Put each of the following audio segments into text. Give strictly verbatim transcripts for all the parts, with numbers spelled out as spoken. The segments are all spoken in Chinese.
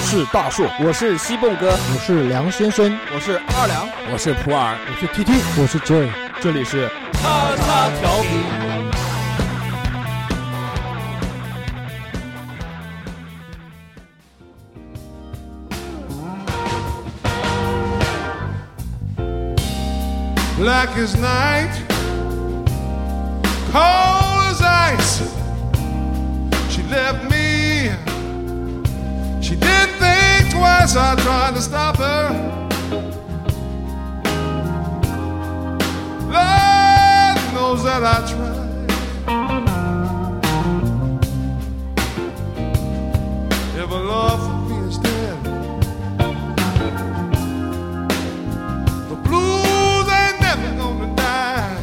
是大硕， 我是西蹦哥， 我是梁先生， 我是二两， 我是普洱， 我是 T T， 我是 Joy， 这里是叉叉调频。 Black as night, cold as ice. She left me. She didn't think twice. I tried to stop her. Lord knows that I tried. If a love for me is dead.The blues ain't never gonna die.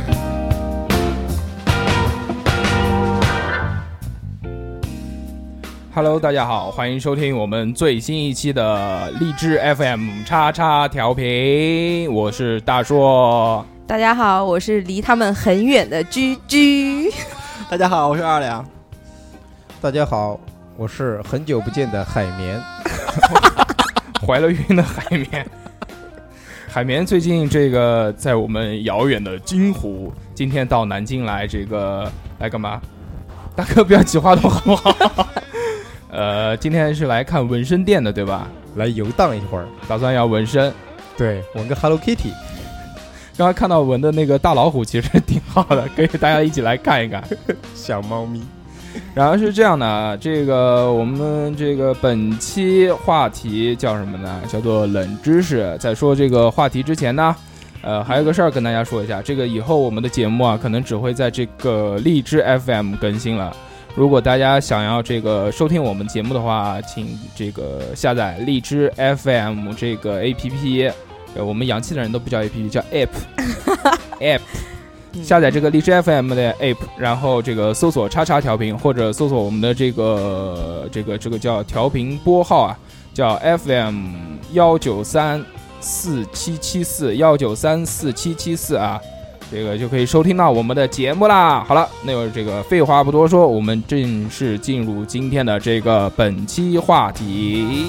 Hello， 大家好，欢迎收听我们最新一期的荔枝 F M 叉叉调频，我是大硕。 大家好，我是离他们很远的居居。 大家好，我是二两。 大家好，我是很久不见的海绵。 怀了孕的海绵。海绵最近这个在我们遥远的金湖，今天到南京来，这个来干嘛？大哥不要挤话筒好不好？呃，今天是来看纹身店的，对吧？ 来游荡一会儿， 打算要纹身。 对，纹个 Hello Kitty。 刚才看到纹的那个大老虎，其实挺好的，可以大家一起来看一看。 小猫咪。 然后是这样的，这个我们这个本期话题叫什么呢？叫做冷知识。在说这个话题之前呢，呃，还有个事儿跟大家说一下，这个以后我们的节目啊，可能只会在这个荔枝 F M 更新了。如果大家想要这个收听我们节目的话，请这个下载荔枝 F M 这个 A P P， 呃，我们洋气的人都不叫 A P P， 叫 App，App。下载这个荔枝 F M 的 app， 然后这个搜索叉叉调频，或者搜索我们的这个这个这个叫调频拨号啊，叫 F M 幺九三四七七四幺九三四七七四啊，这个就可以收听到我们的节目啦。好了，那我这个废话不多说，我们正式进入今天的这个本期话题。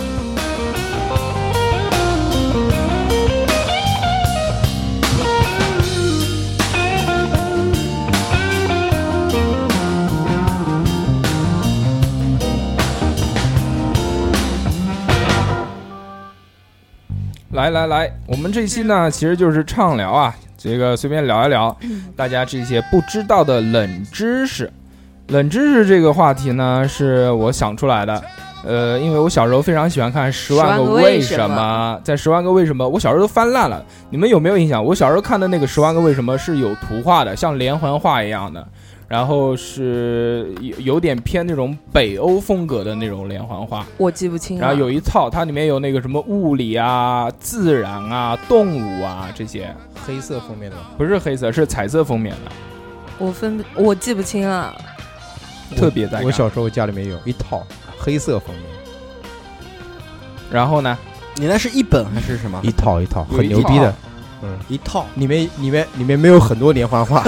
来来来，我们这期呢，其实就是畅聊啊，这个随便聊一聊，大家这些不知道的冷知识。冷知识这个话题呢，是我想出来的。呃，因为我小时候非常喜欢看《十万个为什么》，在《十万个为什么》，我小时候都翻烂了。你们有没有印象？我小时候看的那个《十万个为什么》是有图画的，像连环画一样的。然后是有点偏那种北欧风格的那种连环画， 我记不清了。 然后有一套，它里面有那个什么物理啊、自然啊、动物啊这些。 黑色封面的吗？ 不是黑色，是彩色封面的。 我分我记不清了。 特别带感。 我小时候家里面有一套黑色封面。 然后呢？ 你那是一本还是什么？ 一套一套，很牛逼的。 嗯，一套里面里面里面没有很多连环画。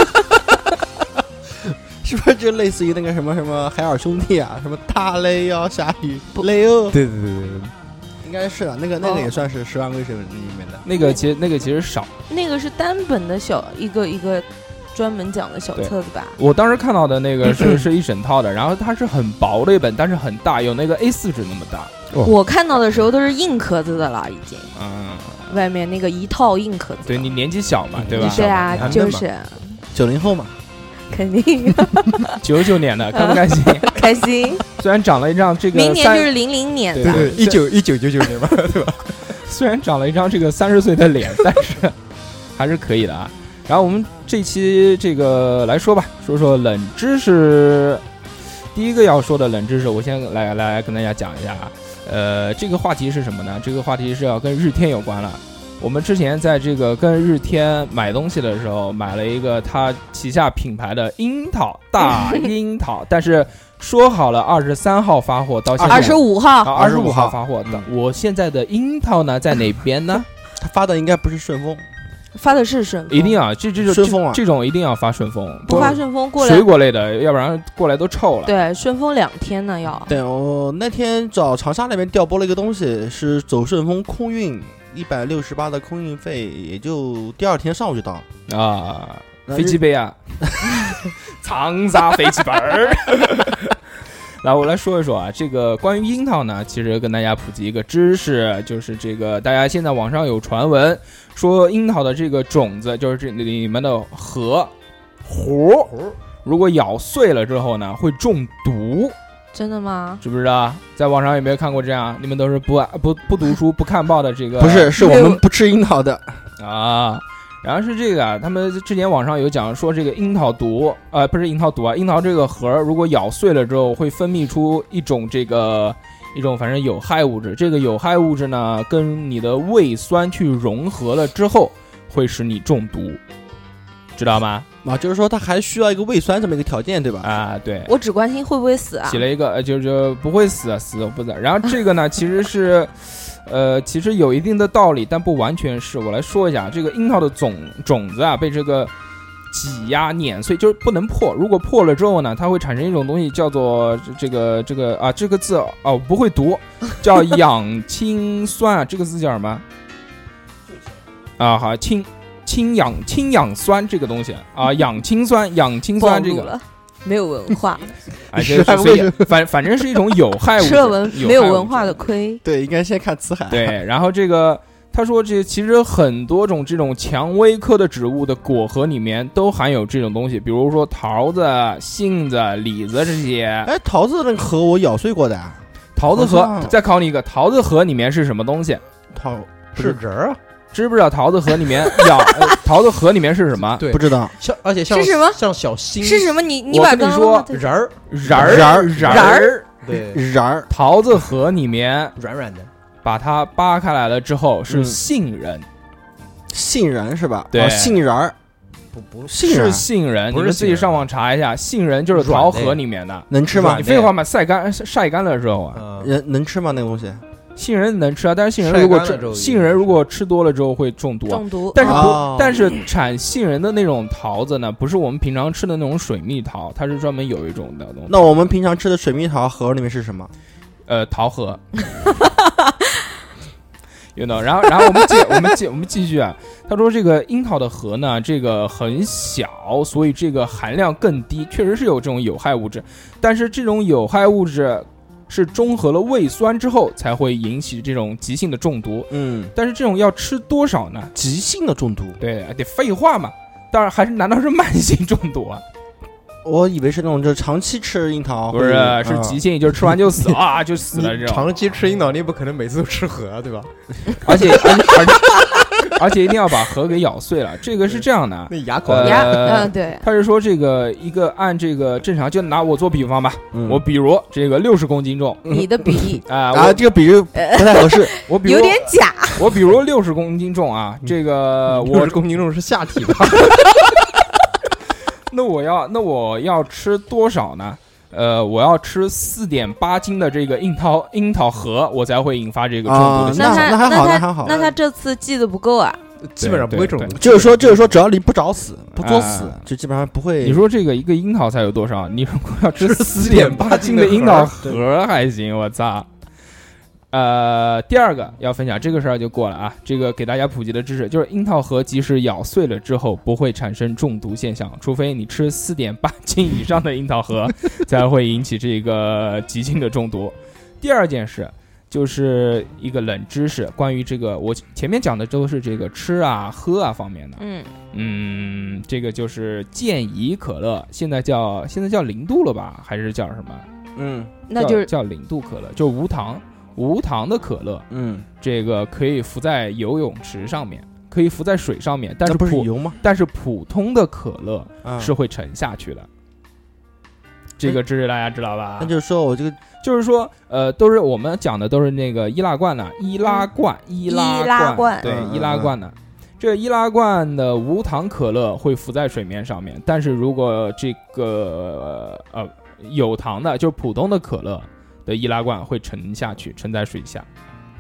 是不是就类似于那个什么什么海尔兄弟啊，什么大雷要下雨雷哦？ 对对对对， 应该是的，那个那个也算是《十万个为什么》里面的。 那个其实那个其实少， 那个是单本的小一个一个专门讲的小册子吧。 我当时看到的那个是是一整套的，然后它是很薄的一本，但是很大，有那个 A 四 纸那么大。 哦、 我看到的时候都是硬壳子的了，已经。 嗯， 外面那个一套硬壳子。 对你年纪小嘛，对吧？ 对啊，就是九零后嘛。 肯定， 九九年的，开不开心？ 开心。 虽然长了一张这个， 明年就是零零年的， 对对，一九一九九九年嘛，对吧？ 虽然长了一张这个三十岁的脸，但是还是可以的啊。然后我们这期这个来说吧，说说冷知识。第一个要说的冷知识，我先来来跟大家讲一下啊。呃，这个话题是什么呢？这个话题是要跟日天有关了。我们之前在这个跟日天买东西的时候，买了一个他旗下品牌的樱桃大樱桃，但是说好了二十三号发货，到现在二十五号， 二十五号发货的。我现在的樱桃呢，在哪边呢？ 他发的应该不是顺丰， 发的是顺丰， 一定要这这种顺丰啊这种一定要发顺丰， 不发顺丰过来水果类的，要不然过来都臭了。 对，顺丰两天呢要。 对，我那天找长沙那边调拨了一个东西，是走顺丰空运，一百六十八的空运费，也就第二天上午就到了啊。 那飞机杯啊，长沙飞机杯儿。来，我来说一说啊，这个关于樱桃呢，其实跟大家普及一个知识，就是这个大家现在网上有传闻说樱桃的这个种子，就是这里面的核核，如果咬碎了之后呢，会中毒。 真的吗？ 知不知道？在网上有没有看过这样？你们都是不不不读书不看报的这个？ 不是，是我们不吃樱桃的啊。然后是这个啊，他们之前网上有讲说这个樱桃毒，呃，不是樱桃毒啊，樱桃这个核如果咬碎了之后，会分泌出一种这个一种反正有害物质。这个有害物质呢，跟你的胃酸去融合了之后，会使你中毒，知道吗？ 啊，就是说它还需要一个胃酸这么一个条件，对吧？ 啊，对。 我只关心会不会死啊。 起了一个，就就不会死，死不死。然后这个呢，其实是。呃，其实有一定的道理，但不完全是。我来说一下，这个樱桃的种种子啊，被这个挤压碾碎，就是不能破。如果破了之后呢，它会产生一种东西，叫做这个这个啊，这个字哦不会读，叫氧氢酸啊，这个字叫什么？啊，好，氢氢氧氢氧酸这个东西啊，氧氢酸，氧氢酸这个。 没有文化， 哎，这是反反正是一种有害物质， 吃了文没有文化的亏。 对，应该先看辞海。 对，然后这个他说，这其实很多种这种蔷薇科的植物的果核里面都含有这种东西，比如说桃子、杏子、李子这些。 哎，桃子那个核我咬碎过的啊。 桃子核，再考你一个，桃子核里面是什么东西？ 桃是仁儿啊。 知不知道桃子核里面咬、呃、桃子核里面是什么？ 对， 不知道。 像而且像是什么？ 像小星是什么？你你把我跟你说， 仁儿仁儿仁儿仁儿， 对， 仁儿。 桃子核里面软软的， 把它扒开来了之后是杏仁， 杏仁是吧？ 对， 哦、杏仁儿。 不不是杏仁，你们自己上网查一下，杏仁就是桃核里面的， 能吃吗？ 你废话嘛，晒干晒干了之后啊，人能吃吗？那个东西？ 杏仁能吃啊，但是杏仁如果吃杏仁如果吃多了之后会中毒， 中毒。 但是不， 哦、 但是产杏仁的那种桃子呢，不是我们平常吃的那种水蜜桃，它是专门有一种的东西。 那我们平常吃的水蜜桃核里面是什么？ 呃，桃核。有呢，然后然后我们继我们继我们继续啊。他说这个樱桃的核呢，这个很小，所以这个含量更低，确实是有这种有害物质，但是这种有害物质。是中和了胃酸之后才会引起这种急性的中毒， 嗯， 但是这种要吃多少呢？ 急性的中毒， 对，得废话嘛，当然还是难道是慢性中毒啊？ 我以为是那种就长期吃樱桃， 不是，是急性，嗯、就是吃完就死啊，就死了这种。 长期吃樱桃，你不可能每次都吃核啊，对吧？ 而且而且而且而且一定要把核给咬碎了。这个是这样的， 那牙口牙，嗯，对。 他是说这个一个按这个正常，就拿我做比方吧， 嗯、 我比如这个六十公斤重， 你的比例啊啊，这个比喻不太合适。 我比如有点假。 我比如六十公斤重啊，这个我六十公斤重是下体吧？ 那我要那我要吃多少呢？呃，我要吃四点八斤的这个樱桃樱桃核，我才会引发这个中毒的现象。 那还好，那还好。 那他这次记得不够啊， 基本上不会中毒。 就是说，就是说，只要你不找死，不作死，就基本上不会。 你说这个一个樱桃才有多少？你如果要吃四点八斤的樱桃核还行，我操！呃，第二个要分享这个事儿就过了啊。这个给大家普及的知识就是，樱桃核即使咬碎了之后不会产生中毒现象，除非你吃四点八斤以上的樱桃核，才会引起这个急性的中毒。第二件事就是一个冷知识，关于这个我前面讲的都是这个吃啊喝啊方面的。 嗯嗯，这个就是健怡可乐，现在叫现在叫零度了吧，还是叫什么？ 嗯， 那就是叫零度可乐，就是无糖。无糖的可乐， 嗯， 这个可以浮在游泳池上面，可以浮在水上面，但是不是油吗？ 但是普通的可乐是会沉下去的。嗯、这个知识大家知道吧？ 那就是说我这个就是说，呃，都是我们讲的都是那个易拉罐的易拉罐，易拉拉罐， 对， 嗯、 易拉罐的。这个易拉罐的无糖可乐会浮在水面上面，但是如果这个呃有糖的，就是普通的可乐。的易拉罐会沉下去，沉在水下。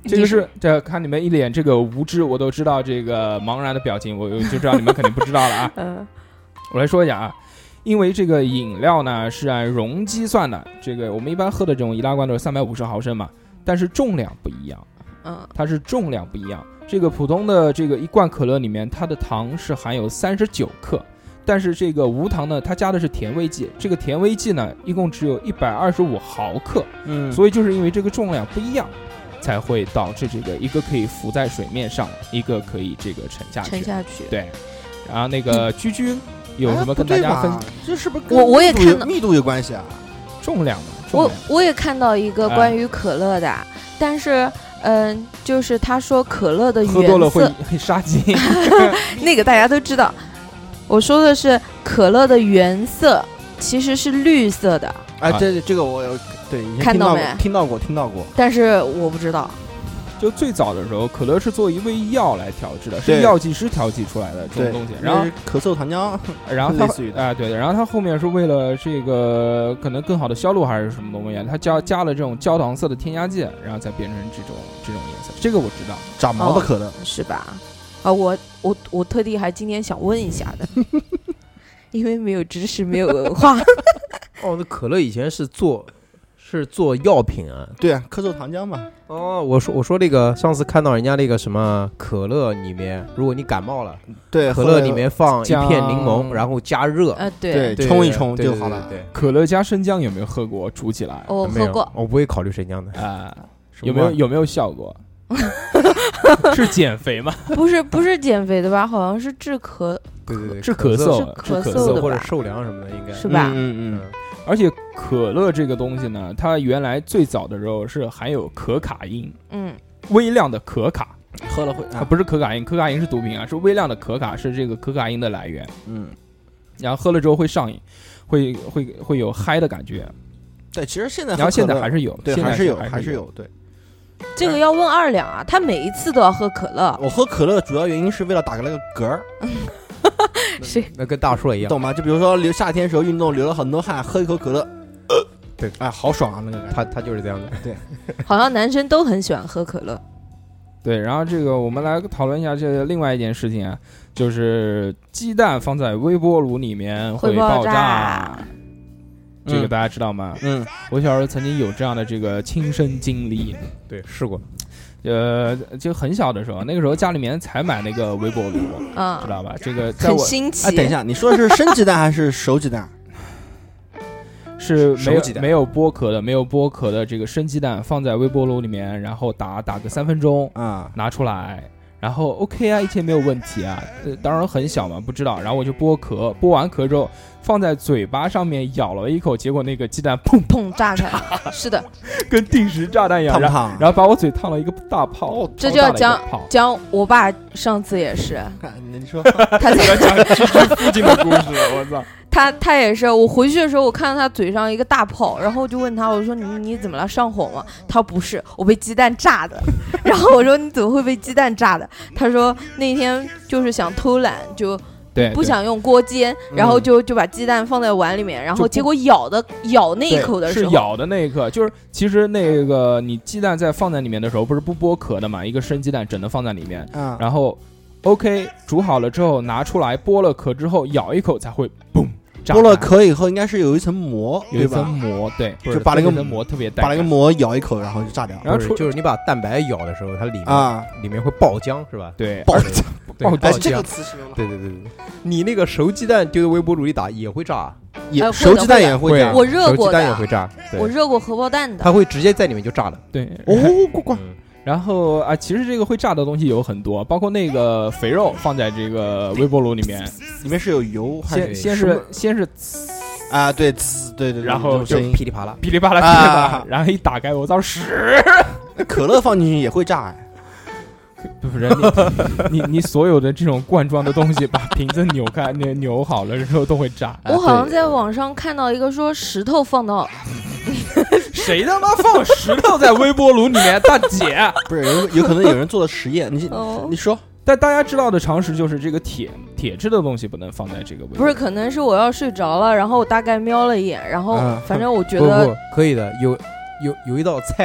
这个是这看你们一脸这个无知，我都知道这个茫然的表情，我就知道你们肯定不知道了啊。 嗯， 我来说一下啊，因为这个饮料呢是按容积算的，这个我们一般喝的这种易拉罐都是三百五十毫升嘛，但是重量不一样， 嗯， 它是重量不一样。这个普通的这个一罐可乐里面，它的糖是含有三十九克。但是这个无糖呢，它加的是甜味剂，这个甜味剂呢，一共只有一百二十五毫克， 嗯， 所以就是因为这个重量不一样，才会导致这个一个可以浮在水面上，一个可以这个沉下去。 沉下去。 对，然后那个居居有什么跟大家分？ 哎这是不是跟我我也密度有看到密度有关系啊？ 重量的，重我量我也看到一个关于可乐的，但是嗯、呃，就是他说可乐的喝多了会原色， 会杀精。 那个大家都知道。我说的是可乐的原色其实是绿色的， 哎， 啊这这个我有对以前看到听过没听到过，听到过。 但是我不知道。 就最早的时候，可乐是作为一味药来调制的，是对药剂师调剂出来的这对种东西。然后那是咳嗽糖浆， 然后它类似于的哎、对的，然后它后面是为了这个可能更好的销路还是什么东西，它加加了这种焦糖色的添加剂，然后再变成这种这种颜色。这个我知道。 长毛的可乐。 是吧？啊，我我我特地还今天想问一下的，因为没有知识，没有文化。 哦，那可乐以前是做是做药品啊。 对啊，咳嗽糖浆嘛。 哦，我说我说那个上次看到人家那个什么可乐里面，如果你感冒了， 对， 可乐里面放一姜片柠檬，然后加热， 呃，对， 对对冲一冲对就好了。 对，对对可乐加生姜有没有喝过？煮起来我没有喝过， 我不会考虑生姜的。 啊、 什么味儿有没有有没有效果？是减肥吗？ 不是不是减肥的吧？好像是治咳， 对对对， 治咳嗽，治咳是咳嗽的或者吧受凉什么的，应该是吧？ 嗯嗯而且可乐这个东西呢，它原来最早的时候是含有可卡因， 嗯， 微量的可卡， 嗯，喝了会啊， 啊， 不是可卡因，可卡因是毒品啊，是微量的可卡，是这个可卡因的来源。 嗯， 然后喝了之后会上瘾，会会会有嗨的感觉。 对，其实现在然后现在喝可乐还是有， 对， 现在还是有， 还还是有。对， 这个要问二两啊，他每一次都要喝可乐， 我喝可乐主要原因是为了打个那个嗝儿， 是那跟大叔一样。 懂吗？就比如说流夏天时候运动流了很多汗，喝一口可乐，呃， 对， 哎，好爽啊那个感觉。 他他就是这样的。对， 好像男生都很喜欢喝可乐。 对，然后这个我们来讨论一下这个另外一件事情啊，就是鸡蛋放在微波炉里面会爆爆炸这个嗯大家知道吗？ 嗯， 我小时候曾经有这样的这个亲身经历。 对，试过。 呃，就很小的时候，那个时候家里面才买那个微波炉， 啊知，道吧？这个在很我新奇。 哎，等一下，你说的是生鸡蛋还是熟鸡蛋？ 是没有熟鸡蛋没有剥壳的，没有剥壳的这个生鸡蛋放在微波炉里面，然后打打个三分钟， 啊， 拿出来，然后 OK 啊，一切没有问题啊。呃，当然很小嘛，不知道，然后我就剥壳，剥完壳之后放在嘴巴上面咬了一口，结果那个鸡蛋砰砰炸开，是的， 跟定时炸弹一样，然后烫不烫？ 然后把我嘴烫了一个大泡， 这超大的一个就要讲泡。 讲我爸上次也是， 看你说， 他在要讲居居附近的故事，我操！ 他他也是，我回去的时候我看到他嘴上一个大泡，然后我就问他，我说你你怎么了，上火吗？他说不是，我被鸡蛋炸的。然后我说你怎么会被鸡蛋炸的？他说那天就是想偷懒，就对，对不想用锅煎，然后就就把鸡蛋放在碗里面，然就不后结果咬的咬那一对口的时候， 是咬的那一刻，就是其实那个你鸡蛋在放在里面的时候，不是不剥壳的嘛？一个生鸡蛋整的放在里面， 啊， 然后 OK 煮好了之后拿出来，剥了壳之后咬一口才会嘣炸开。 剥了壳以后应该是有一层膜， 有一层对吧？ 膜，对， 不是就把那个那层膜特别带把那个感膜咬一口，然后就炸掉。 然后出不是就是你把蛋白咬的时候，它里面啊， 里面会爆浆，是吧？ 对爆对爆对爆哎，这个浆。 词形容的对对对对，你那个熟鸡蛋丢到微波炉里打也会炸， 也哎会的熟鸡蛋会的也会炸。 我热过熟鸡蛋也的会炸，对我热过荷包蛋的它，会直接在里面就炸了。 对哦，呱呱， 嗯然后啊，其实这个会炸的东西有很多，包括那个肥肉放在这个微波炉里面， 里面是有油还先先是什么是先是啊？对，呲对对对， 然后就这种声音。 噼里啪啦。 噼里啪啦噼里啪啦啊， 然后一打开，我操屎！ 可乐放进去也会炸哎。 不是你你你所有的这种罐装的东西，把瓶子扭开、扭扭好了之后都会炸。 我好像在网上看到一个说石头放到谁他妈放石头在微波炉里面？大姐， 不是有有可能有人做的实验，你哦你说但大家知道的常识就是这个铁铁质的东西不能放在这个微波炉。 不是，可能是我要睡着了，然后我大概瞄了一眼，然后嗯反正我觉不得不可以的，有有有一道菜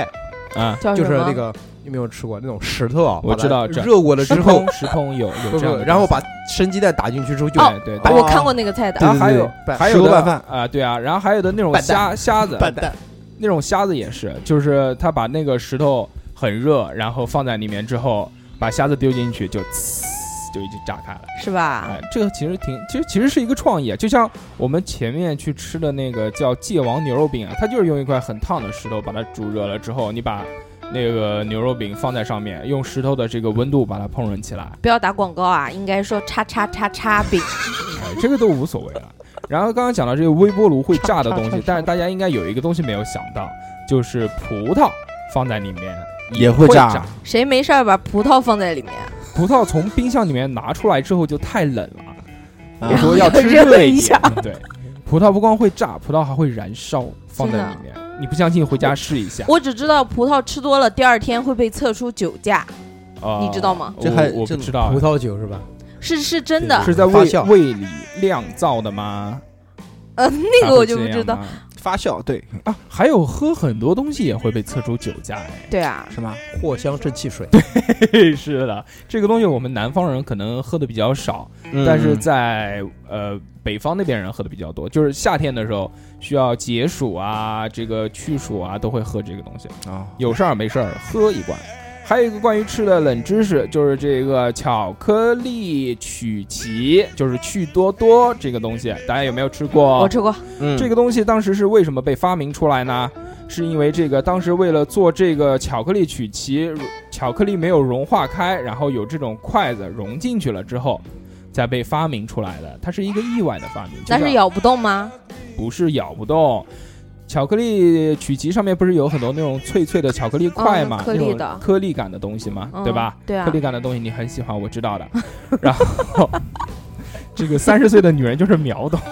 啊， 就叫什么？ 是那个有没有吃过那种石头啊？ 我知道把它热过了之石后通，石通有有不这样的， 不然后把生鸡蛋打进去之后就哦对对对， 我看过那个菜单， 然后还有对还有的石锅拌饭啊，对啊，然后还有的那种拌蛋虾虾子， 拌蛋， 那种虾子也是，就是他把那个石头很热，然后放在里面之后，把虾子丢进去就呲就已经炸开了。 是吧？ 哎，这个其实挺，其实其实是一个创意啊，就像我们前面去吃的那个叫界王牛肉饼啊，它就是用一块很烫的石头把它煮热了之后，你把那个牛肉饼放在上面，用石头的这个温度把它烹饪起来， 不要打广告啊，应该说叉叉叉叉饼。 哎，这个都无所谓了。然后刚刚讲到这个微波炉会炸的东西，但是大家应该有一个东西没有想到，就是葡萄放在里面会也会炸炸。 谁没事儿把葡萄放在里面？ 葡萄从冰箱里面拿出来之后就太冷了， 啊我说要吃热热一一下点。对，葡萄不光会炸，葡萄还会燃烧，放在里面。你不相信，回家试一下。 我只知道葡萄吃多了，第二天会被测出酒驾， 呃你知道吗我这还这我不知道葡，萄酒是吧？ 是是真的。 是在胃发酵胃里酿造的吗？ 呃，那个我就不知道。 才会这样吗发酵，对， 啊。还有喝很多东西也会被测出酒驾，哎， 对啊， 是吗？ 藿香正气水， 嘿，是的，这个东西我们南方人可能喝的比较少， 嗯但是在呃北方那边人喝的比较多，就是夏天的时候需要解暑啊，这个去暑啊，都会喝这个东西。 啊， 有事儿没事儿喝一罐。还有一个关于吃的冷知识，就是这个巧克力曲奇，就是趣多多这个东西，大家有没有吃过？ 我吃过。 嗯这个东西当时是为什么被发明出来呢？是因为这个当时为了做这个巧克力曲奇，巧克力没有融化开，然后有这种筷子融进去了之后，才被发明出来的。它是一个意外的发明，就像但是咬不动吗？ 不是咬不动。巧克力曲奇上面不是有很多那种脆脆的巧克力块吗？ 嗯颗粒的那种颗粒感的东西嘛， 嗯对吧？ 对啊颗粒感的东西你很喜欢，我知道的。然后这个三十岁的女人就是秒懂，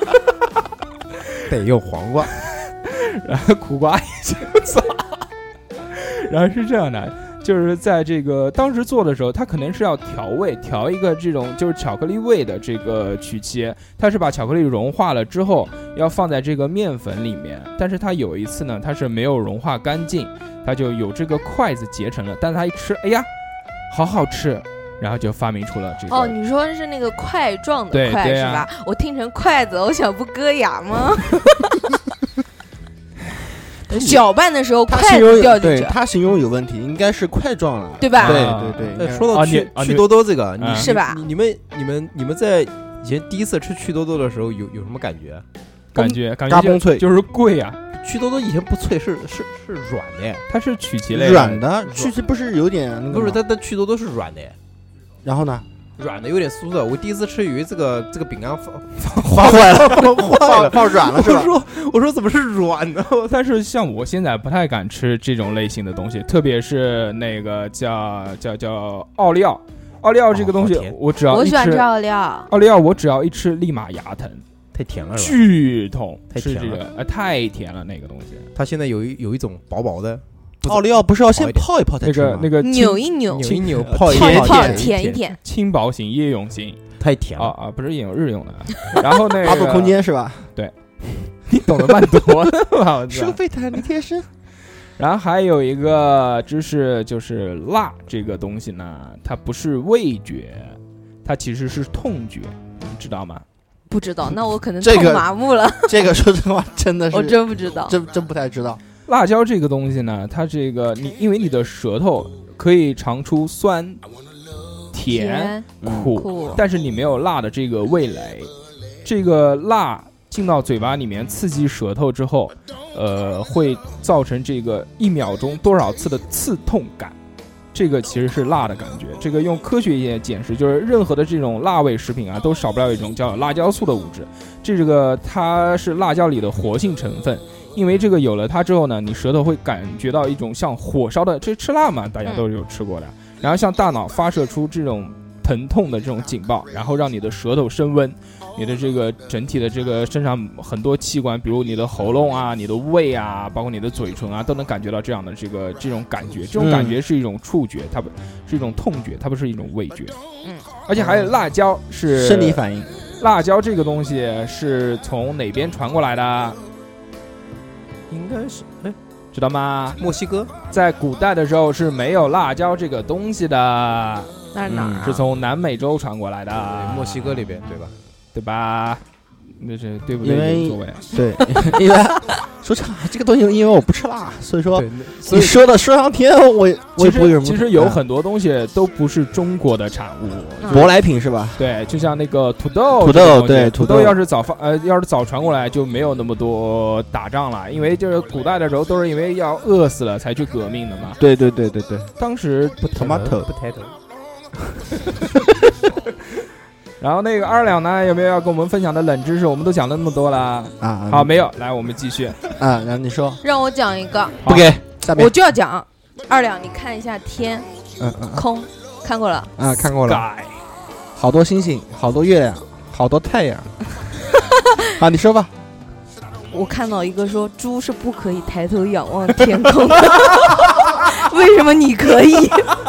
得用黄瓜。 然后苦瓜也就操。然后是这样的，就是在这个当时做的时候，它可能是要调味，调一个这种就是巧克力味的这个曲奇，它是把巧克力融化了之后要放在这个面粉里面，但是它有一次呢，它是没有融化干净，它就有这个筷子结成了，但是它一吃，哎呀，好好吃，然后就发明出了这个。 哦，你说是那个块状的块对对啊是吧？我听成筷子，我想不硌牙吗？搅拌的时候他筷形容有子掉进去， 对他形容有问题，应该是块状了， 对吧？ 对啊对对， 呃，说到啊你趣趣啊你多多这个，你啊是吧你你们你们你们在以前第一次吃趣多多的时候有有什么感觉？ 感觉感觉就嘎嘣脆就是贵啊， 趣多多以前不脆，是是是软的耶， 它是曲奇类软的，曲奇不是有点那个不是吗它它趣多多是软的耶， 然后呢， 软的有点酥的。我第一次吃以为这个这个饼干放发坏了， 放坏放了， 放软了是吧？ 我说我说怎么是软的？ 但是像我现在不太敢吃这种类型的东西，特别是那个叫叫叫奥利奥，奥利奥这个东西， 哦好甜我只要一我喜欢吃吃奥利奥。 奥利奥，我只要一吃立马牙疼， 太甜了是吧？ 剧痛， 太甜了是这个，呃，太甜了那个东西， 它现在有一有一种薄薄的， 奥利奥不是要先好一点泡一泡再那吃吗？ 个那个扭一扭， 扭一扭呃泡一甜泡一泡， 甜舔一舔。 轻薄型、夜用型太甜了。 啊啊，不是有日用的，然后那八度个空间是吧？ 你懂得蛮多的吧？我知道收费台你贴身， 然后还有一个知识就是辣这个东西呢，它不是味觉，它其实是痛觉，你知道吗？ 不知道，那我可能这个痛麻木了， 这个说真话真的是我真不知道。 真真不太知道。 辣椒这个东西呢，它这个你因为你的舌头可以尝出酸、甜、 嗯苦， 苦， 但是你没有辣的这个味蕾，这个辣进到嘴巴里面刺激舌头之后，呃，会造成这个一秒钟多少次的刺痛感。这个其实是辣的感觉。这个用科学也解释，就是任何的这种辣味食品啊，都少不了一种叫辣椒素的物质。这个它是辣椒里的活性成分，因为这个有了它之后呢，你舌头会感觉到一种像火烧的，这吃辣嘛，大家都有吃过的。然后向大脑发射出这种疼痛的这种警报，然后让你的舌头升温，你的这个整体的这个身上很多器官，比如你的喉咙啊、你的胃啊，包括你的嘴唇啊，都能感觉到这样的这个这种感觉。这种感觉是一种触觉，它不是一种痛觉，它不是一种味觉。 嗯， 而且还有辣椒是生理反应， 辣椒这个东西是从哪边传过来的？ 应该是哎， 知道吗？ 墨西哥在古代的时候是没有辣椒这个东西的， 那是哪儿啊？ 是从南美洲传过来的， 对墨西哥那边对吧？ 对吧？那是对不对？ 因为无所谓。 对，因为说这这个东西，因为我不吃辣，所以说对，所以你说的说上天，我我也其不会有什么。 实其实有啊很多东西都不是中国的产物， 嗯舶来品是吧？ 对，就像那个土豆， 土豆这个东西对土豆土要是早发呃，要是早传过来，就没有那么多打仗了，因为就是古代的时候都是因为要饿死了才去革命的嘛。 对对对对对， 当时不 Tomato potato。 然后那个二两呢，有没有要跟我们分享的冷知识？我们都讲了那么多了， 啊， 好，没有，来我们继续。 啊，然后你说让我讲一个， 不给下面我就要讲。二两，你看一下天嗯嗯空，看过了。 啊看过了， 改好多星星，好多月亮，好多太阳。好，你说吧。 我看到一个说猪是不可以抬头仰望天空的，为什么你可以？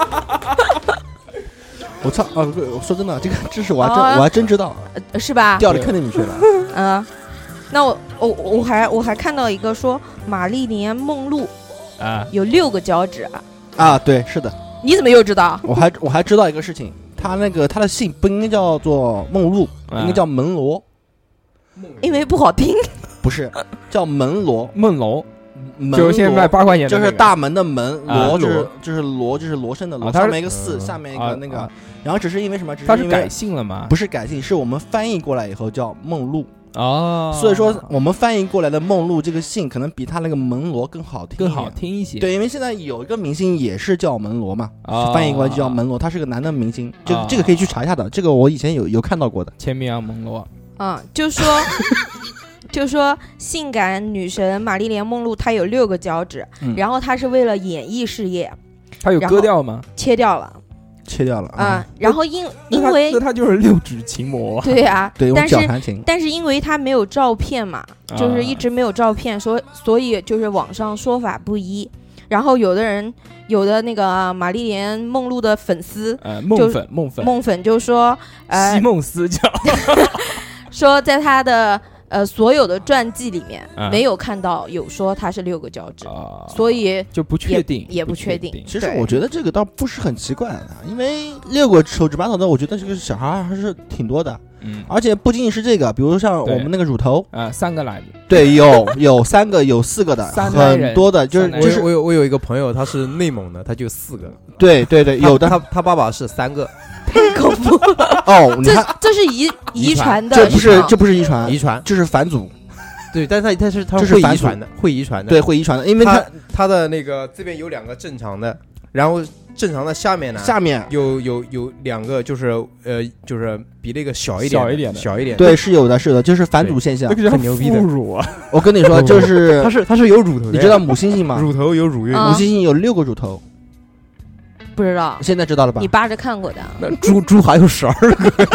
我操啊！我说真的，这个知识我还真啊我还真知道， 呃是吧？ 掉到坑里面去了。 嗯，那我我我还我还看到一个说玛丽莲梦露啊， 有六个脚趾， 啊，对，是的， 你怎么又知道？ 我还我还知道一个事情，他那个他的姓不应该叫做梦露， 啊应该叫门罗， 因为不好听。 不是叫门罗， 梦龙， 门就是现在卖罗八块钱的那个， 就是大门的门， 啊罗就是罗就是罗就是罗生的罗， 啊它是上面一个四， 嗯下面一啊个那个啊， 然后只是因为什么？只因为他是改姓了吗？ 不是改姓，是我们翻译过来以后叫梦露， 哦， 所以说我们翻译过来的梦露这个姓可能比他那个门罗更好听， 更好。听一些。 对，因为现在有一个明星也是叫门罗嘛， 哦翻译过来就叫门罗，他是个男的明星，这个啊这个可以去查一下的，这个我以前有有看到过的。 千面羊蒙罗， 嗯，就说就说性感女神玛丽莲梦露她有六个脚趾， 嗯然后她是为了演艺事业他有然后割掉吗？ 切掉了切掉了啊、然后因那他因为那他就是六指琴魔。 对呀、 对，用但是脚弹琴。 但是因为她没有照片嘛，就是一直没有照片，所所以就是网上说法不一。然后有的人有的那个玛丽莲梦露的粉丝呃，梦就粉梦粉， 梦粉就说，呃西，梦思叫说在她的呃所有的传记里面、 嗯没有看到有说她是六个脚趾， 啊， 所以就不确定， 也不不确定定。 对其实我觉得这个倒不是很奇怪的，因为六个手指八头的，我觉得这个小孩还是挺多的， 嗯而且不仅仅是这个，比如像我对们那个乳头， 啊，三个男的， 对，有有三个，有四个的， 三男人很多的，就是三男人就是我有我有我有一个朋友，他是内蒙的，他就四个， 对对对，有的他他爸爸是三个， 太恐怖了。 哦，你这看， 这是遗遗传的， 这不是吗这不是遗传， 遗传。 这是返祖， 对，但是他他是他这是反祖会遗传的，会遗传的。 对，会遗传的，因为它他他的那个这边有两个正常的，然后正常的下面呢下面有有有两个就是呃就是比那个小一点小一点的小一点。 对是有的，是的，就是返祖现象那。个叫很牛逼的副乳啊， 我跟你说， 不就是它是它是有乳头的， 你知道母猩猩吗？ 乳头有乳晕， 啊母猩猩有六个乳头， 不知道， 现在知道了吧你？扒着看过的。 那猪猪还有十二个。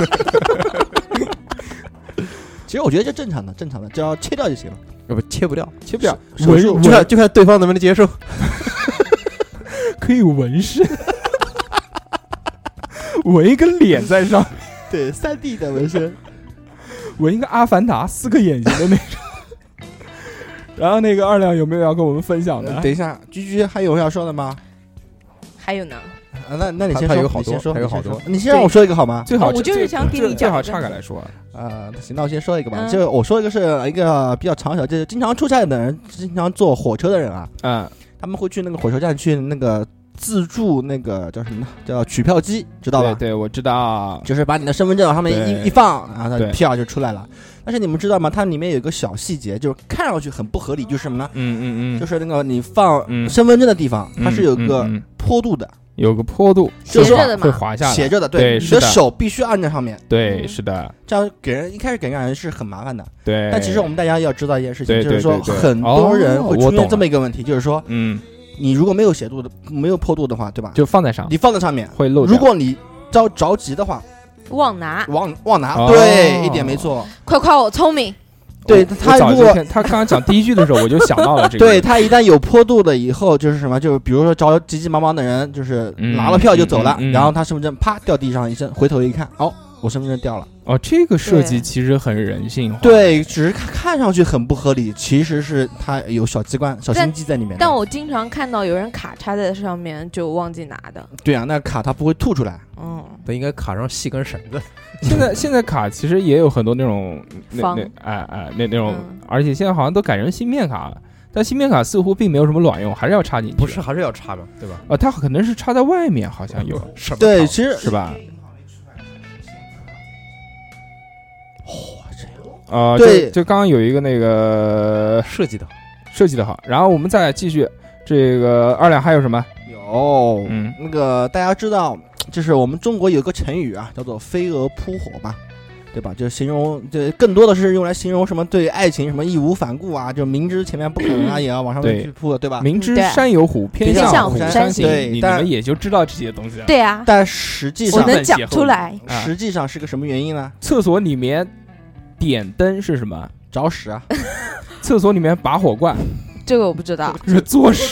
其实我觉得这正常的，正常的，只要切掉就行了。 要不切不掉， 切不了， 手术纹就看就看对方能不能接受。 可以纹身，纹一个脸在上， 对，三 D 的纹身。 纹一个阿凡达四个眼睛的那种。然后那个二两有没有要跟我们分享的？ 等一下，居居还有要说的吗？ 还有呢， 啊，那那你先说， 他他有好你先说， 多他有你先说好多你先让我说一个好吗？ 最好哦我就是想给你最最好讲岔开来说， 啊，行，那我先说一个吧。 嗯就我说一个是一个比较长小，就是经常出差的人，经常坐火车的人啊， 嗯他们会去那个火车站去那个自助那个叫什么呢？叫取票机，知道吧？ 对对，我知道， 就是把你的身份证往上面对一一放，然后它对票就出来了。但是你们知道吗？它里面有一个小细节，就是看上去很不合理，就是什么呢？ 嗯嗯嗯， 就是那个你放嗯身份证的地方，它是有嗯个嗯嗯坡度的， 有个坡度， 就是说斜着的嘛会滑下来， 斜着的，你的对是的手必须按在上面， 对， 嗯是的， 这样给人一开始给人是很麻烦的。 对。 但其实我们大家要知道一件事情， 对就是说对对对很多人会出现哦我懂了这么一个问题，就是说嗯， 你如果没有斜度的、没有坡度的话，对吧？ 就放在上， 你放在上面， 会漏掉。 如果你着着急的话， 忘拿， 往往拿， 哦对，一点没错。 快夸我聪明。 对我我早他如果就看他刚刚讲第一句的时候，我就想到了这个。 对他一旦有坡度了以后，就是什么，就是比如说着急急忙忙的人，就是嗯拿了票就走了， 嗯嗯嗯然后他身份证啪掉地上一声，回头一看，哦，我身份证掉了， 哦，这个设计对其实很人性化。 对，只是看看上去很不合理，其实是它有小机关、小心机在里面的。 但我经常看到有人卡插在上面就忘记拿的。 对啊，那卡它不会吐出来。 嗯， 不应该卡上细根绳子。 现在现在卡其实也有很多那种那方那哎哎那那种， 嗯而且现在好像都改成芯片卡了，但芯片卡似乎并没有什么卵用，还是要插进去。 不是，还是要插嘛，对吧？ 啊，它可能是插在外面，好像有， 什么对， 套其实是吧？啊、呃， 对就就刚刚有一个那个设计的好？ 设计的好，然后我们再继续，这个二两还有什么？ 有， 嗯， 那个大家知道，就是我们中国有个成语啊，叫做飞蛾扑火吧，对吧？就形容，就更多的是用来形容什么对爱情什么义无反顾啊，就明知前面不可能啊，也要往上面对去扑，对吧？ 明知对山有虎，偏偏向虎虎山行。你你对但们也就知道这些东西了。 对啊， 但实际上， 我能讲出来。 啊实际上是个什么原因呢？ 厕所里面点灯是什么？ 找屎啊！ 厕所里面拔火罐这个我不知道， 是作屎。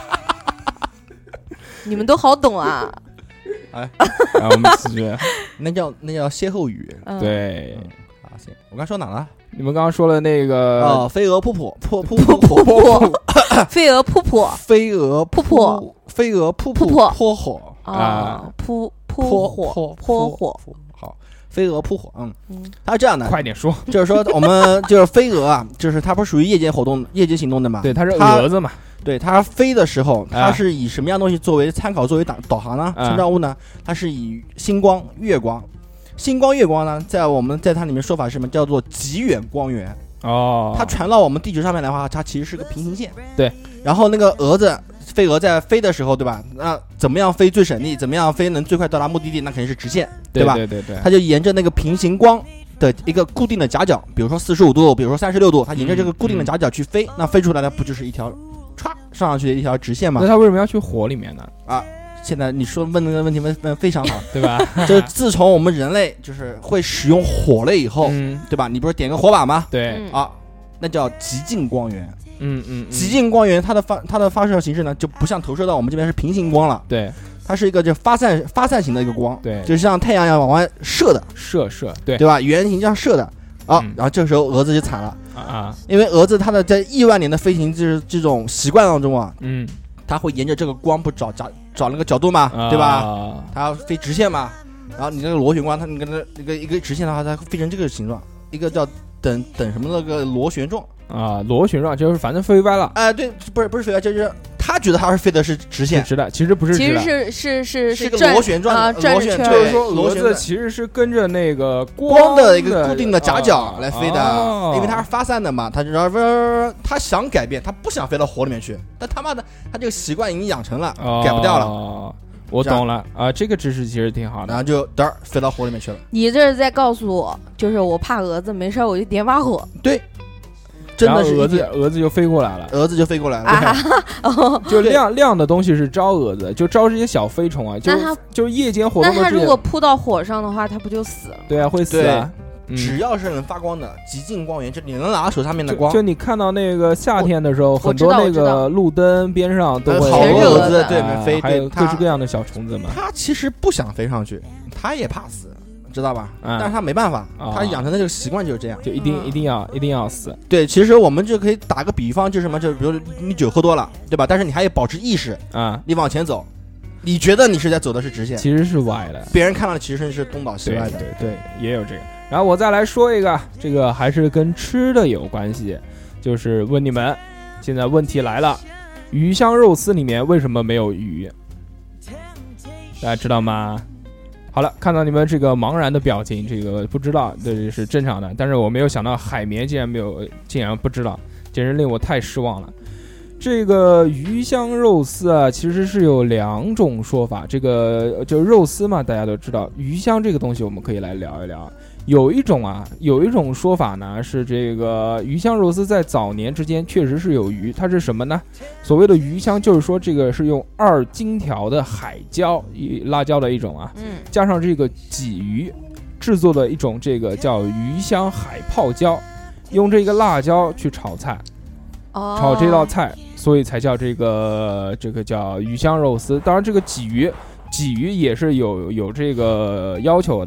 你们都好懂啊。 哎， 然后我们继续。 那叫那叫歇后语。 嗯， 对， 啊，行，我刚说哪了？ 你们刚刚说了那个哦，飞蛾扑火，扑扑扑扑扑扑，飞蛾扑扑飞蛾扑扑， 飞蛾扑扑扑扑扑火啊啊，扑扑扑火扑扑火。。 好，飞蛾扑火，嗯， 嗯， 它是这样的， 快点说。 就是说我们就是飞蛾啊，就是它不是属于夜间活动、夜间行动的嘛？ 对，它是它蛾子嘛。 对，它飞的时候，它啊是以什么样东西作为参考、作为导导航呢？ 啊参照物呢？它是以星光、月光。星光、月光呢，在我们在它里面说法是什么？叫做极远光源。 哦， 它传到我们地球上面来的话，它其实是个平行线。 对。 然后那个蛾子，飞蛾在飞的时候，对吧？那怎么样飞最省力？怎么样飞能最快到达目的地？那肯定是直线， 对吧？ 对对对， 它就沿着那个平行光的一个固定的夹角，比如说四十五度，比如说三十六度，它沿着这个固定的夹角去飞，那飞出来的不就是一条歘上上去的一条直线吗那？它为什么要去火里面呢？ 现在你说问那个问题问问非常好， 对吧？ 就是自从我们人类就是会使用火了以后， 嗯， 对吧？你不是点个火把吗？ 对， 嗯啊，那叫极近光源。 嗯嗯，嗯极近光源它的发它的发射形式呢，就不像投射到我们这边是平行光了， 对它是一个就发散发散型的一个光， 对， 就像太阳一样往外射的， 射射，对对吧？圆形这样射的啊嗯， 然后这时候蛾子就惨了。 啊啊， 因为蛾子它的在亿万年的飞行就是这种习惯当中啊， 嗯， 它会沿着这个光不找找找那个角度嘛， 啊对吧？它要飞直线嘛，然后你那个螺旋光，它你跟那一个一个直线的话，它会飞成这个形状，一个叫等等什么那个螺旋状。 啊，螺旋状就是反正飞歪了， 哎、对，不是不是飞啊，就是他觉得他是飞的是直线， 是直的，其实不是其实直的。 是是是是一个转螺旋状的啊，转螺旋着圈儿对就是说，蛾子螺旋的其实是跟着那个光的的一个固定的夹角来飞的， 哦因为它是发散的嘛，它就然后他想改变，他不想飞到火里面去，但他妈的他这个习惯已经养成了，改不掉了， 了。我懂了啊，这个知识其实挺好的。 然后就嘚儿飞到火里面去了。 你这是在告诉我，就是我怕蛾子，没事儿我就点把火对，真的是然后蛾子一点蛾子就飞过来了， 蛾子就飞过来了。 啊！哦， 就对亮亮的东西是招蛾子，就招这些小飞虫啊，就那它就是夜间活那它如动的这些， 果扑到火上的话，它不就死了？ 对啊，会死啊。嗯只要是能发光的极近光源，就你能拿到手上面的光就，就你看到那个夏天的时候，很知多那个道我知道路灯边上都会呃好全是蛾子多蛾子对啊面飞， 还有对它各式各样的小虫子嘛。 它其实不想飞上去，它也怕死，知道吧？ 嗯但是它没办法， 啊它养成的这个习惯就是这样。 就一定嗯一定要一定要死， 对，其实我们就可以打个比方，就是什么，就比如你酒喝多了，对吧？但是你还要保持意识， 啊， 你往前走，你觉得你是在走的是直线， 其实是歪的。 别人看到的其实是东倒西对歪的。 对对，也有这个。然后我再来说一个，这个还是跟吃的有关系，就是问你们，现在问题来了，鱼香肉丝里面为什么没有鱼？大家知道吗？好了，看到你们这个茫然的表情，这个不知道这是正常的，但是我没有想到海绵竟然没有，竟然不知道，简直令我太失望了。这个鱼香肉丝啊，其实是有两种说法。这个就肉丝嘛，大家都知道。鱼香这个东西，我们可以来聊一聊。有一种啊，有一种说法呢，是这个鱼香肉丝在早年之间确实是有鱼，它是什么呢？所谓的鱼香，就是说这个是用二荆条的海椒，一辣椒的一种啊， 嗯， 加上这个鲫鱼制作的一种这个叫鱼香海泡椒，用这个辣椒去炒菜。 哦， 炒这道菜，所以才叫这个这个叫鱼香肉丝。当然，这个鲫鱼，鲫鱼也是有有这个要求的，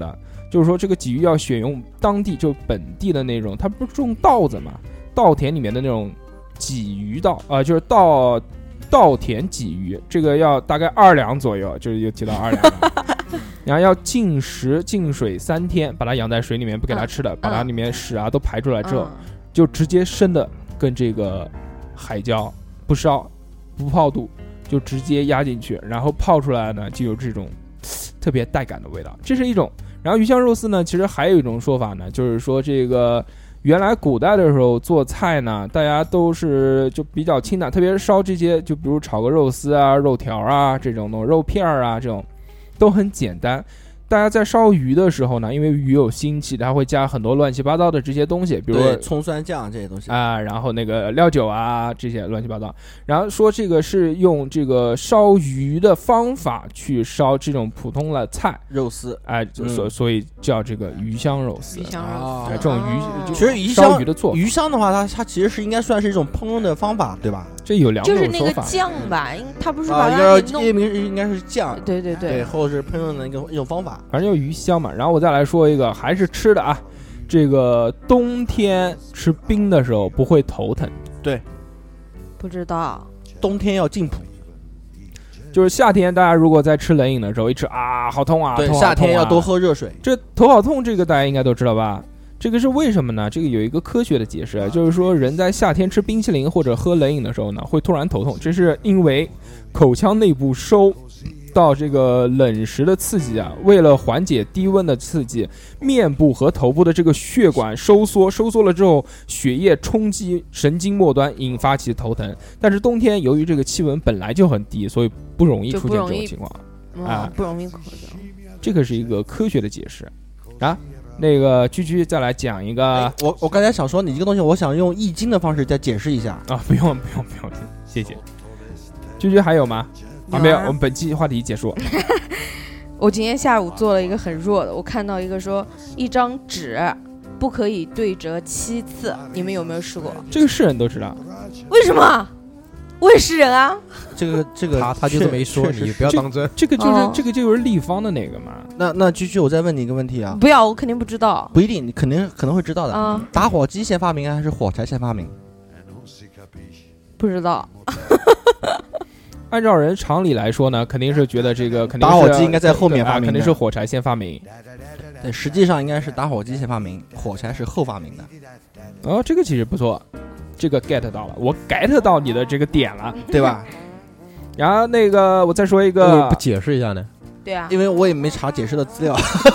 就是说这个鲫鱼要选用当地就本地的那种，它不是种稻子嘛，稻田里面的那种鲫鱼稻啊、呃，就是稻稻田鲫鱼，这个要大概二两左右，就是又提到二两了。然后要浸食浸水三天，把它养在水里面，不给它吃的， 嗯、 把它里面屎啊都排出来之后， 嗯、 就直接生的跟这个海椒不烧不泡肚，就直接压进去，然后泡出来呢就有这种特别带感的味道，这是一种。然后鱼香肉丝呢，其实还有一种说法呢，就是说这个原来古代的时候做菜呢，大家都是就比较清淡，特别是烧这些，就比如炒个肉丝啊、肉条啊这种东西，肉片啊这种。都很简单，大家在烧鱼的时候呢，因为鱼有腥气，它会加很多乱七八糟的这些东西，比如说葱蒜酱这些东西啊，然后那个料酒啊这些乱七八糟。然后说这个是用这个烧鱼的方法去烧这种普通的菜肉丝， 哎，所、嗯、所以叫这个鱼香肉丝。 鱼香肉丝， 哎、这种鱼、哦、 其实鱼香鱼的做法， 鱼香的话，它它其实是应该算是一种烹饪的方法，对吧？ 这有两种说法， 就是那个酱吧，它不是把它弄，应该应该是酱， 对对对， 对，或者是烹饪的一个一种方法， 反正就鱼香嘛。然后我再来说一个，还是吃的啊，这个冬天吃冰的时候不会头疼， 对， 不知道， 冬天要进补， 就是夏天大家如果在吃冷饮的时候一吃啊，好痛啊， 对， 痛啊夏天要多痛啊喝热水， 这头好痛这个大家应该都知道吧？这个是为什么呢？这个有一个科学的解释，就是说人在夏天吃冰淇淋或者喝冷饮的时候呢，会突然头痛，这是因为口腔内部收到这个冷食的刺激啊，为了缓解低温的刺激，面部和头部的这个血管收缩，收缩了之后，血液冲击神经末端，引发其头疼。但是冬天由于这个气温本来就很低，所以不容易出现这种情况啊、嗯，不容易口疼。 这个是一个科学的解释啊。那个居居再来讲一个， 哎、我我刚才想说你这个东西，我想用易经的方式再解释一下啊，不用不用不用，谢谢。居居还有吗？啊，没有，我们本期话题结束。 我今天下午做了一个很弱的，我看到一个说一张纸不可以对折七次，你们有没有试过？ 这个是人都知道。 为什么？我也是人啊。 这个这个他他就这么一说，你不要当真。 这个就是、 哦、 这个就是立方的那个嘛。 那那居居，我再问你一个问题啊。 不要，我肯定不知道。 不一定，你肯定可能会知道的。 嗯、 打火机先发明还是火柴先发明？ 不知道。 按照人常理来说呢，肯定是觉得这个肯定打火机应该在后面发明、 啊，肯定是火柴先发明。 对，实际上应该是打火机先发明，火柴是后发明的。 哦，这个其实不错，这个 get 到了，我 get 到你的这个点了， 对吧？ 然后那个我再说一个， 不解释一下呢？ 对啊， 因为我也没查解释的资料。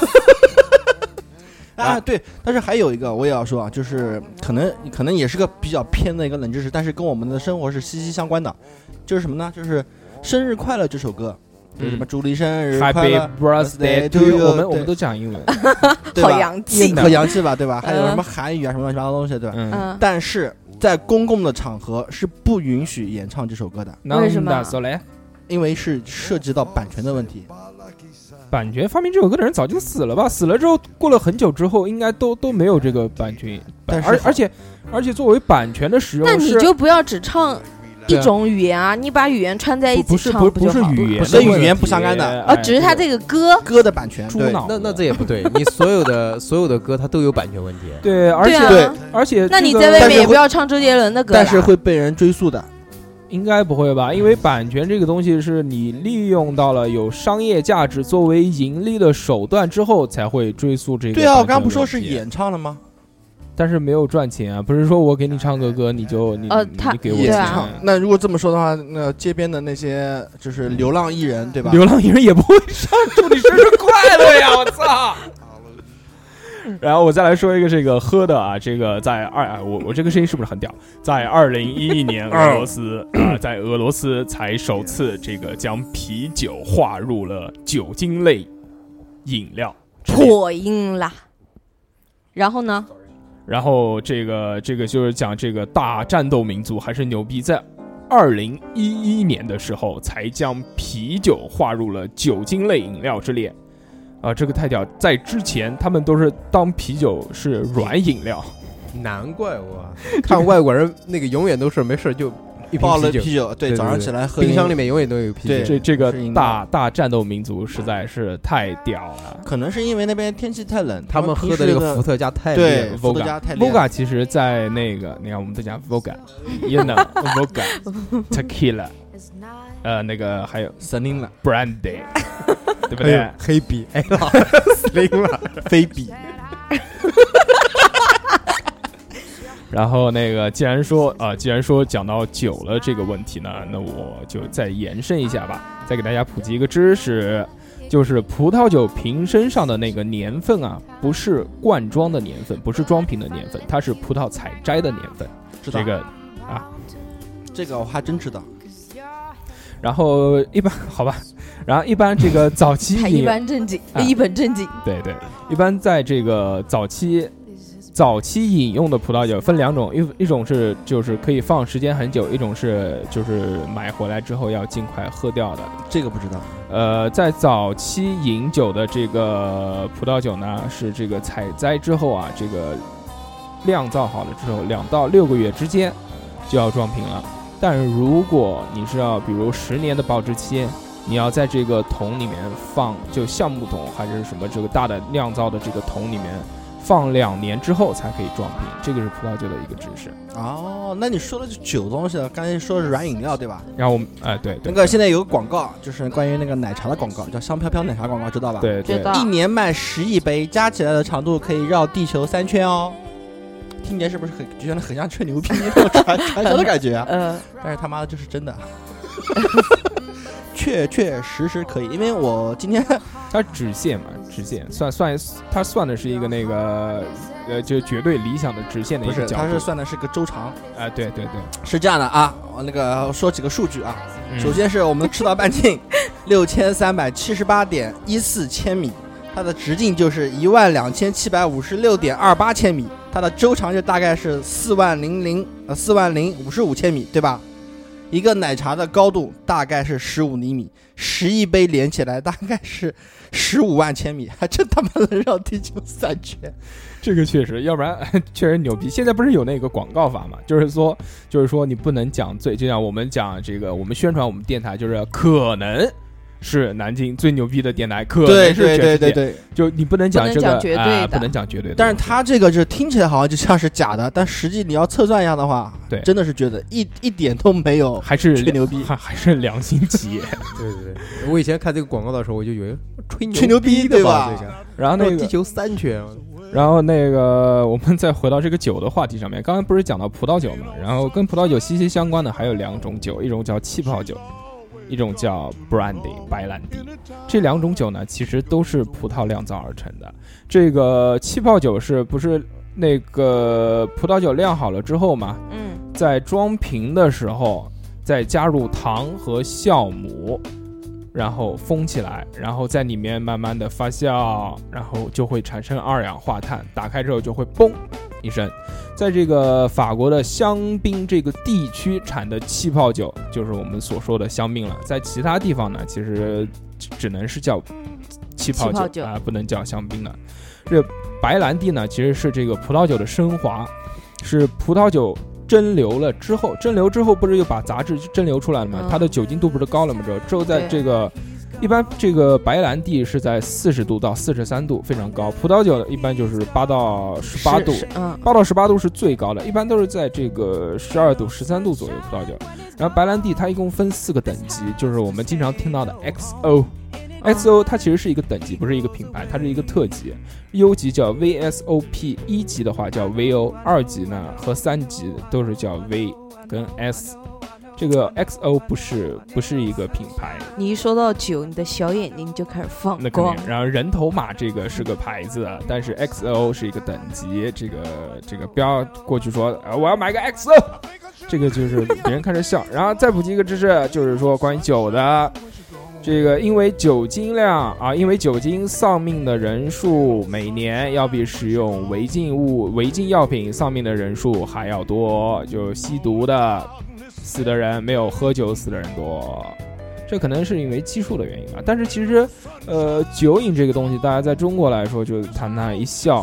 啊，对，但是还有一个我也要说啊，就是可能可能也是个比较偏的一个冷知识，但是跟我们的生活是息息相关的，就是什么呢？就是《生日快乐》这首歌，就是什么祝你生日快乐 ，Happy Birthday to you， 我们我们都讲英文， 好洋气， 很洋气吧，对吧？还有什么韩语啊，什么乱七八糟东西，对吧？ 嗯， 但是在公共的场合是不允许演唱这首歌的， 为什么？ 因为是涉及到版权的问题。 版权发明这首歌的人早就死了吧？死了之后，过了很久之后，应该都都没有这个版权。 但是而而且而且作为版权的使用， 那你就不要只唱一种语言啊，你把语言串在一起唱不是语言， 跟语言不相干的， 哦，只是它这个歌歌的版权。 对， 那那这也不对，你所有的所有的歌它都有版权问题。 对，而且对， 而且那你在外面也不要唱周杰伦的歌， 但是会被人追溯的。 应该不会吧？因为版权这个东西是你利用到了有商业价值作为盈利的手段之后才会追溯这个。 对啊，我刚刚不说是演唱了吗？ 但是没有赚钱啊，不是说我给你唱个歌你就你、 呃、 你给我演钱。 唱。那如果这么说的话，那街边的那些就是流浪艺人，对吧？ 流浪艺人也不会唱祝你生日快乐呀！我操！然后我再来说一个这个喝的啊，这个在二啊，我我这个声音是不是很屌？在二零一一年，俄罗斯啊，在俄罗斯才首次这个将啤酒划入了酒精类饮料， 破音啦。然后呢？ 然后这个这个就是讲这个大战斗民族还是牛逼，在二零一一年的时候才将啤酒划入了酒精类饮料之列。啊，这个太屌！在之前，他们都是当啤酒是软饮料， 难怪我看外国人那个永远都是没事就一瓶爆了啤酒啤酒，对， 对对早上对起来喝冰箱一里面永远都有啤对酒。 这这个是饮料大大战斗民族实在是太屌了。 可能是因为那边天气太冷， 他们喝的平时那个伏特加太烈了， 对伏特加太烈了 Vodka 其实在那个，你看我们在讲 Vodka，也能 Vodka Tequila， 呃，那个还有森林了， Brandy， 对不还有对？ 黑比，哎，老死灵了。 非比然后那个，既然说啊、呃，既然说讲到酒了这个问题呢，那我就再延伸一下吧，再给大家普及一个知识，就是葡萄酒瓶身上的那个年份啊，不是罐装的年份，不是装瓶的年份，它是葡萄采摘的年份。 知道这个啊， 这个我还真知道。 然后一般好吧，然后一般这个早期他饮一本正经， 啊一本正经。 对对，一般在这个早期早期饮用的葡萄酒分两种，一一种是就是可以放时间很久，一种是就是买回来之后要尽快喝掉的。 这个不知道。 呃，在早期饮酒的这个葡萄酒呢，是这个采摘之后啊，这个酿造好了之后，两到六个月之间就要装瓶了。但是如果你是要比如十年的保质期，你要在这个桶里面放，就橡木桶还是什么这个大的酿造的这个桶里面放两年之后才可以装瓶，这个是葡萄酒的一个知识。 哦，那你说的是酒东西，刚才说的是软饮料对吧？ 然后我们哎对对那个现在有个广告，就是关于那个奶茶的广告，叫香飘飘奶茶广告，知道吧？， 对对知道一年卖十亿杯，加起来的长度可以绕地球三圈哦。听起来是不是很觉得很像吹牛逼那种传传销的感觉啊？ 呃， 但是他妈的这是真的，确确实实可以。因为我今天它直线嘛，直线算算，它算的是一个那个呃，就绝对理想的直线的一不是， 个角度。 他是算的是个周长， 啊、对对对， 是这样的啊。我那个说几个数据啊， 嗯首先是我们赤道半径六千三百七十八点一四千米，它的直径就是一万两千七百五十六点二八千米，它的周长就大概是四万零零呃四万零五十五千米，对吧？一个奶茶的高度大概是十五厘米，十亿杯连起来大概是十五万千米，还真他妈能绕地球三圈。 这个确实，要不然确实牛逼。现在不是有那个广告法嘛，就是说，就是说你不能讲最，就像我们讲这个，我们宣传我们电台，就是可能是南京最牛逼的电台，可能对是全世界， 对对对对。 就你不能讲这个不能讲绝对的啊不能讲绝对的。 但是他这个就听起来好像就像是假的，但实际你要测算一下的话， 对真的是觉得一一点都没有还是吹牛逼还还是良心企业。 对对对，我以前看这个广告的时候，我就以为吹吹牛逼的对吧这个然后那个绕地球三圈， 然后那个，我们再回到这个酒的话题上面。刚刚不是讲到葡萄酒嘛，然后跟葡萄酒息息相关的还有两种酒，一种叫气泡酒，一种叫 brandy 白兰地。这两种酒呢，其实都是葡萄酿造而成的。这个气泡酒是不是那个葡萄酒酿好了之后嘛， 嗯， 在装瓶的时候再加入糖和酵母，然后封起来，然后在里面慢慢的发酵，然后就会产生二氧化碳，打开之后就会嘣一声。在这个法国的香槟这个地区产的气泡酒，就是我们所说的香槟了。在其他地方呢，其实只能是叫气泡酒气泡酒啊、不能叫香槟的。这白兰地呢，其实是这个葡萄酒的升华，是葡萄酒蒸馏了之后，蒸馏之后不是又把杂质蒸馏出来了吗？ 嗯它的酒精度不是高了吗？之后之后在对这个一般这个白兰地是在四十度到四十三度，非常高。葡萄酒一般就是八到十八度， 是是嗯， 八到十八度是最高的，一般都是在这个十二度、十三度左右葡萄酒。然后白兰地它一共分四个等级，就是我们经常听到的 X O。X O 它其实是一个等级，不是一个品牌，它是一个特级。优级叫 V S O P， 一级的话叫 V O， 二级呢和三级都是叫 V 跟 S。这个 X O 不是不是一个品牌， 你一说到酒，你的小眼睛就开始放光那肯定。。然后人头马这个是个牌子，但是 X O 是一个等级，这个这个不要过去说、呃、我要买个 X O， 这个就是别人开始笑。然后再普及一个知识，就是说关于酒的。这个因为酒精量啊，因为酒精丧命的人数每年要比使用违禁物、违禁药品丧命的人数还要多，就吸毒的死的人没有喝酒死的人多。这可能是因为基数的原因吧，但是其实，呃，酒瘾这个东西，大家在中国来说就谈谈一笑，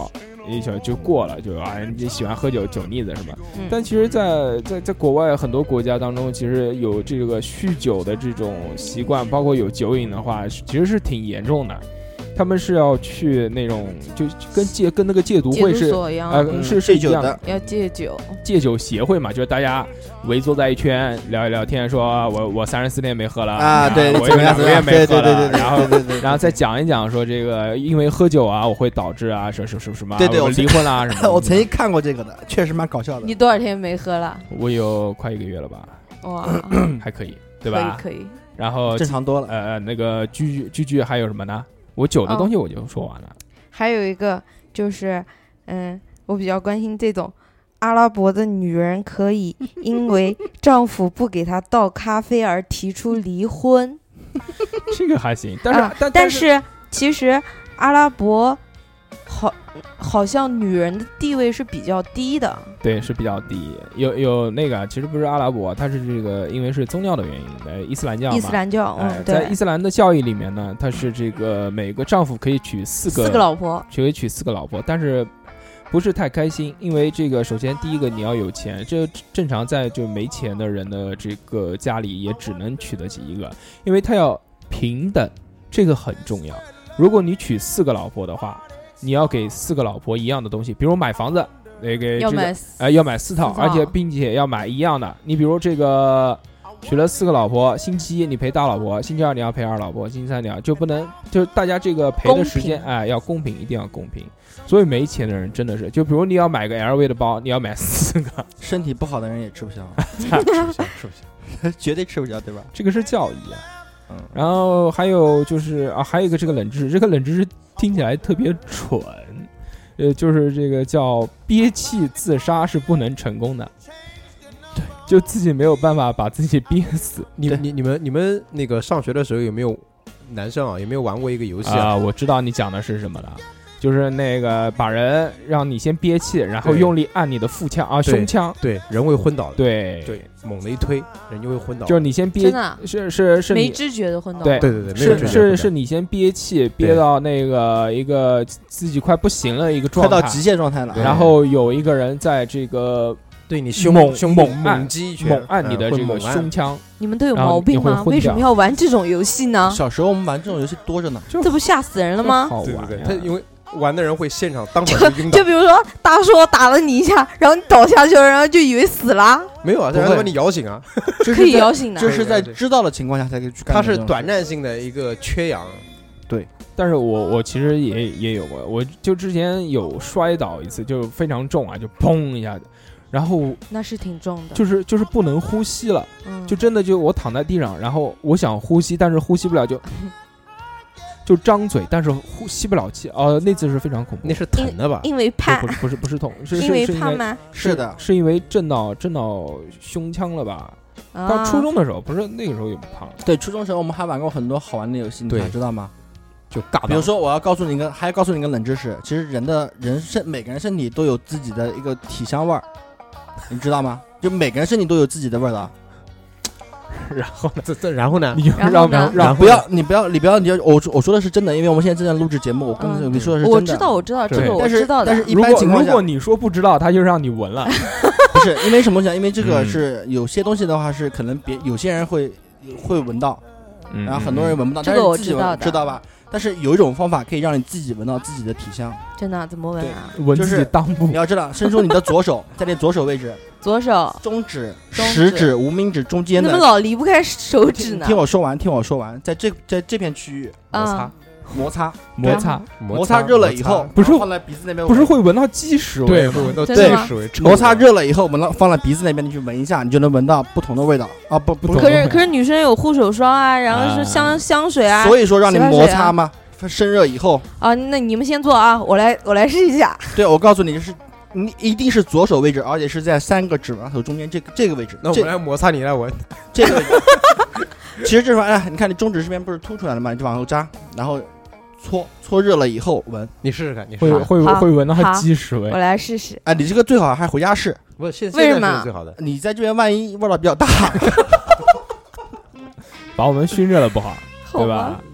一宿就过了，就啊你喜欢喝酒酒腻子是吧？ 嗯但其实在，在在国外很多国家当中，其实有这个酗酒的这种习惯，包括有酒瘾的话，其实是挺严重的。他们是要去那种就就跟戒跟那个戒毒戒毒会是所一样， 呃嗯是是戒酒的一样的， 要戒酒。 戒酒协会嘛，就是大家围坐在一圈聊一聊天，说我我三十四天没喝了啊，对， 我怎么样？ 有两个月没喝了， 对对对对， 然后对对对， 然后再讲一讲说这个因为喝酒啊，我会导致啊什什什什么啊， 对对我我离婚啦什么的。 我曾经看过这个的，确实蛮搞笑的。 你多少天没喝了？ 我有快一个月了吧， 哇， 还可以，对吧？ 可以可以。 然后正常多了。 呃呃那个居居居还有什么呢？我酒的东西我就说完了。 还有一个就是，嗯，我比较关心这种阿拉伯的女人可以因为丈夫不给她倒咖啡而提出离婚。 这个还行，但是、 啊、 但但是是其实阿拉伯好好像女人的地位是比较低的。 对是比较低，有有那个其实不是阿拉伯，它是这个因为是宗教的原因，呃，伊斯兰教嘛。 伊斯兰教，嗯， 哎， 对。 在伊斯兰的教义里面呢，它是这个每个丈夫可以娶四个四个老婆， 可以娶四个老婆，但是不是太开心，因为这个首先第一个你要有钱，这正常在就没钱的人的这个家里也只能娶得起一个，因为他要平等，这个很重要。如果你娶四个老婆的话，你要给四个老婆一样的东西，比如买房子，那个要买呃要买四套， 四套而且并且要买一样的。你比如这个娶了四个老婆，星期一你陪大老婆，星期二你要陪二老婆，星期三你要就不能就大家这个陪的时间哎要公平，一定要公平。所以没钱的人真的是，就比如你要买个 L V 的包，你要买四个， 身体不好的人也吃不消， 吃不消，吃不消， 绝对吃不消，对吧？ 这个是教义啊。 嗯， 然后还有就是啊，还有一个这个冷知识，这个冷知识听起来特别蠢，呃，就是这个叫憋气自杀是不能成功的，对，就自己没有办法把自己憋死。 你你你们你们那个上学的时候有没有男生啊有没有玩过一个游戏啊、 啊？ 我知道你讲的是什么了。就是那个把人让你先憋气，然后对用力按你的腹腔啊对胸腔， 对，人会昏倒的。 对对，猛的一推，人就会昏倒。 就是你先憋真，的啊是是是你没知觉的昏倒。 对对对对，没是有知觉是是你先憋气，憋到那个一个自己快不行了一个状态， 快到极限状态了。 对然后有一个人在这个对你胸猛胸猛按猛击一拳， 猛按你的嗯这个会猛按胸腔， 你们都有然后毛病你会吗？ 昏掉为什么要玩这种游戏呢？ 小时候我们玩这种游戏多着呢， 这不吓死人了吗？ 好玩呀对对对，他因为玩的人会现场当场就晕倒就，比如说大叔打了你一下，然后你倒下去了，然后就以为死了， 没有啊， 不会他让他把你摇醒啊， 可以摇醒的。 这是在知道的情况下才可以去干他的这种事。 是短暂性的一个缺氧， 但是我我其实也也有过，我就之前有摔倒一次，就非常重啊，就砰一下子，然后那是挺重的， 就是就是不能呼吸了， 嗯就真的就我躺在地上，然后我想呼吸，但是呼吸不了，就就张嘴，但是呼吸不了气，哦、那次是非常恐怖那。是疼的吧？ 因为怕不，是不是不是痛，是是因为是因为怕吗？ 是的， 是因为震到震到胸腔了吧？到啊初中的时候，不是那个时候也不胖， 对，初中时候我们还玩过很多好玩的游戏，你对还知道吗？ 就尬比如说，我要告诉你一个，还要告诉你一个冷知识，其实人的人身每个人身体都有自己的一个体香味儿，你知道吗？就每个人身体都有自己的味儿的。 然后呢， 这这然后呢？ 你就然后让呢让让不要，你不要，你不要，你要我我说的是真的，因为我们现在正在录制节目，我跟嗯你说的是真的。 我知道，我知道这对个，我但是知道的。 但是一如果般情况下如果你说不知道，他就让你闻了。 不是因为什么讲？因为这个嗯是有些东西的话是可能别有些人会会闻到， 嗯然后很多人闻不到， 这个但是自己闻我知道的知道吧？但是有一种方法可以让你自己闻到自己的体香。 真的怎么闻啊？ 闻自己就是裆部你，要知道，伸出你的左手，在你左手位置， 左手， 中指、 中指食指、无名指中你间的怎么老离不开手指听呢？ 听我说完，听我说完，在这在这片区域摩擦啊， 摩擦， 摩擦， 摩擦热了以后， 不是然后放在鼻子那边闻， 不是会闻到鸡屎味对， 吗会闻到真的吗鸡屎味，臭摩擦味热了以后，闻到放在鼻子那边，你去闻一下，你就能闻到不同的味道啊！不不不同可是可是女生有护手霜啊，然后是啊香香水啊。 所以说让你洗发水啊摩擦嘛，生热以后， 啊，那你们先做啊，我来我来试一下。 对我告诉你，就是你一定是左手位置，而且是在三个指纹头中间这个这个位置。这那我们来摩擦，你来闻。 这个位置，其实这方哎，你看你中指这边不是凸出来了吗？你就往后扎，然后搓搓热了以后闻。 你试试看，你试会试看。 会好会闻到好鸡屎味我。来试试。 哎，你这个最好还回家试， 不是现为什么现在是最好的？ 你在这边万一味道比较大， 把我们熏热了不好，对好吧？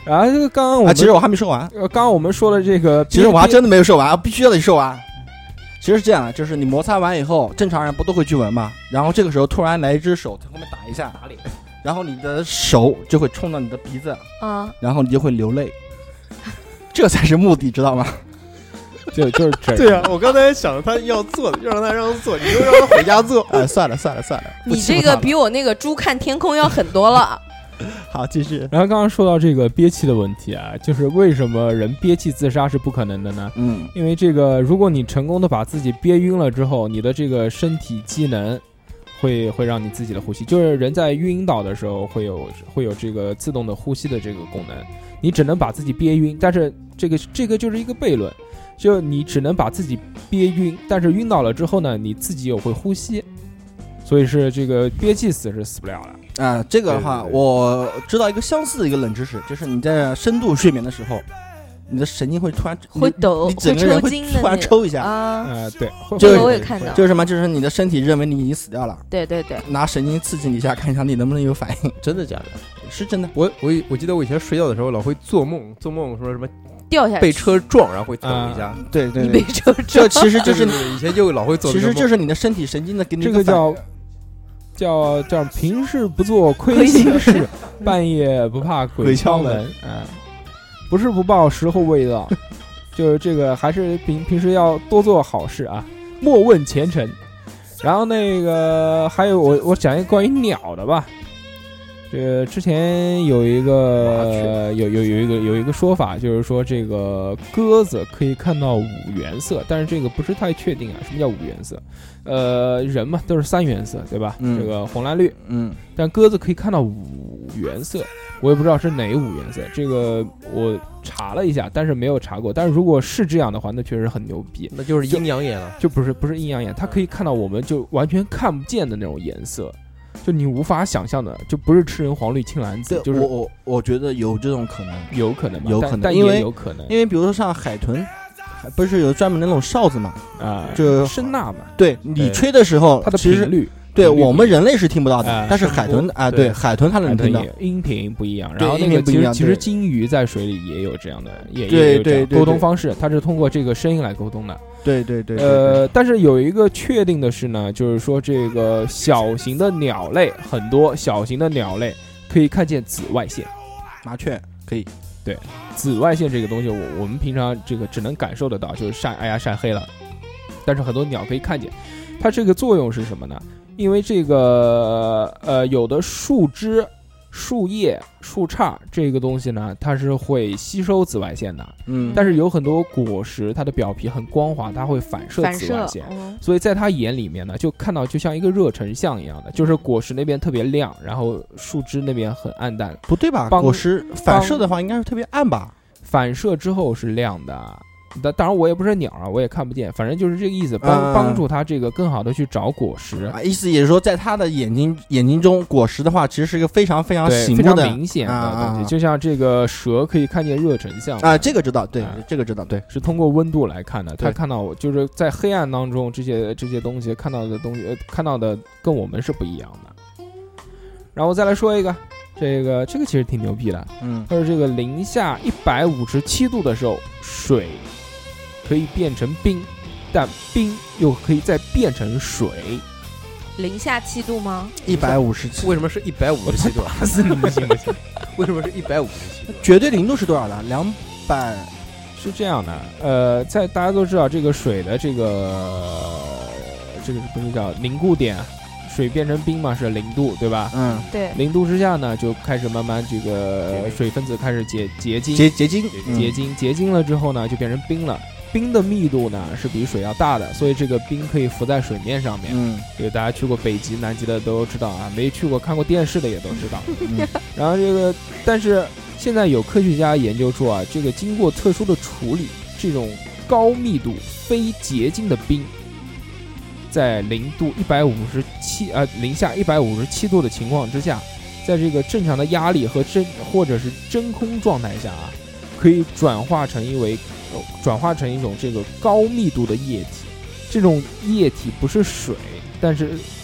然后这个刚刚我啊， 们其实我还没说完， 呃刚刚我们说的这个， 其实我还真的没有说完，必须要得说完。其实是这样，就是你摩擦完以后，正常人不都会去闻嘛？然后这个时候突然来一只手在后面打一下，打脸，然后你的手就会冲到你的鼻子， 啊， 然后你就会流泪，这才是目的，知道吗？ 就就是这， 对啊，我刚才想他要做的，就让他让他做，你就让他回家做。 哎，算了算了算了， 你这个比我那个猪看天空要狠多了。 好继续。 然后刚刚说到这个憋气的问题啊，就是为什么人憋气自杀是不可能的呢？ 嗯因为这个，如果你成功的把自己憋晕了之后，你的这个身体机能会会让你自己的呼吸，就是人在晕倒的时候会有会有这个自动的呼吸的这个功能，你只能把自己憋晕，但是这个这个就是一个悖论，就你只能把自己憋晕，但是晕倒了之后呢，你自己又会呼吸，所以是这个憋气死是死不了的。 啊，这个的话， 对对对我知道一个相似的一个冷知识，就是你在深度睡眠的时候，你的神经会突然会抖， 你整个人会抽筋的突然那种抽一下， 啊。 呃，对，会就是这个我也看到， 就是什么？就是你的身体认为你已经死掉了， 对对对， 拿神经刺激你一下，看一下你能不能有反应。 真的假的？ 是真的。 我我我记得我以前睡觉的时候老会做梦，做梦说什么掉下去被车撞，然后会抖一下。 对对你被对， 车这其实就就是是以前就老会做其这个梦， 实就是你的身体神经的给你这个一反应叫叫叫平事不做亏心事，半夜不怕鬼敲门。嗯，不是不报，时候未到。就是这个，还是平平时要多做好事啊，莫问前程。然后那个还有我我讲一个关于鸟的吧。这个之前有一个有有有一个有一个说法，就是说这个鸽子可以看到五原色，但是这个不是太确定啊。什么叫五原色？呃，人嘛都是三原色，对吧？ 嗯这个红蓝绿， 嗯但鸽子可以看到五原色，我也不知道是哪五原色。这个我查了一下，但是没有查过。但是如果是这样的话，那确实很牛逼。 那就是阴阳眼了。 就不是不是阴阳眼，它可以看到我们就完全看不见的那种颜色。就你无法想象的，就不是赤人黄绿青蓝紫，就是我我我觉得有这种可能， 有可能吧， 有可但但也能因为有可能因为比如说像海豚，还不是有专门的那种哨子嘛？ 啊， 就声呐嘛， 对你对吹的时候， 它的其实频率， 对频率我们人类是听不到的哎， 但是声海豚啊， 对对海豚它能海豚听到。 也音频不一样， 对然后那音个其实其实频不一样对金鱼在水里也有这样的，也对也有这样对对对沟通方式，它是通过这个声音来沟通的。 对对对，对呃，但是有一个确定的是呢，就是说这个小型的鸟类，很多小型的鸟类可以看见紫外线。 麻雀可以， 紫外线这个东西，我我们平常这个只能感受得到，就是晒，哎呀晒黑了。但是很多鸟可以看见，它这个作用是什么呢？因为这个呃有的树枝、树叶、树杈这个东西呢，它是会吸收紫外线的。 嗯， 但是有很多果实，它的表皮很光滑，它会反射反射紫外线。， 嗯所以在他眼里面呢，就看到就像一个热成像一样的，就是果实那边特别亮，然后树枝那边很暗淡， 不对吧？ 帮果实反射的话应该是特别暗吧？ 反射之后是亮的。但当然我也不是鸟啊，我也看不见，反正就是这个意思，帮嗯帮助它这个更好的去找果实， 啊，意思也是说，在他的眼睛眼睛中，果实的话其实是一个非常非常对，非常醒目的明显的啊东西，就像这个蛇可以看见热成像啊，这个知道，对啊， 这个知道，对， 是通过温度来看的， 对他看到就是在黑暗当中这些这些东西看到的东西，呃看到的跟我们是不一样的。然后我再来说一个，这个这个其实挺牛逼的， 嗯， 它是这个零下一百五十七度的时候，水可以变成冰，但冰又可以再变成水。 零下七度吗？ 一百五十七， 为什么是一百五十七度？ 打死你们行不行？ 为什么是一百五十七度？ 绝对零度是多少的？两百， 是这样的，呃，在大家都知道这个水的这个这个不是叫凝固点，水变成冰嘛是零度，对吧？ 嗯， 对， 零度之下呢，就开始慢慢这个结水分子开始结结晶， 结结晶， 结晶结晶了之后呢，就变成冰了。冰的密度呢是比水要大的，所以这个冰可以浮在水面上面。 嗯对，大家去过北极、南极的都知道啊，没去过看过电视的也都知道。 嗯然后这个，但是现在有科学家研究出啊，这个经过特殊的处理，这种高密度非结晶的冰，在零度一百五十七呃零下一百五十七度的情况之下，在这个正常的压力和真或者是真空状态下啊，可以转化成一为呃转化成一种这个高密度的液体。这种液体不是水，但是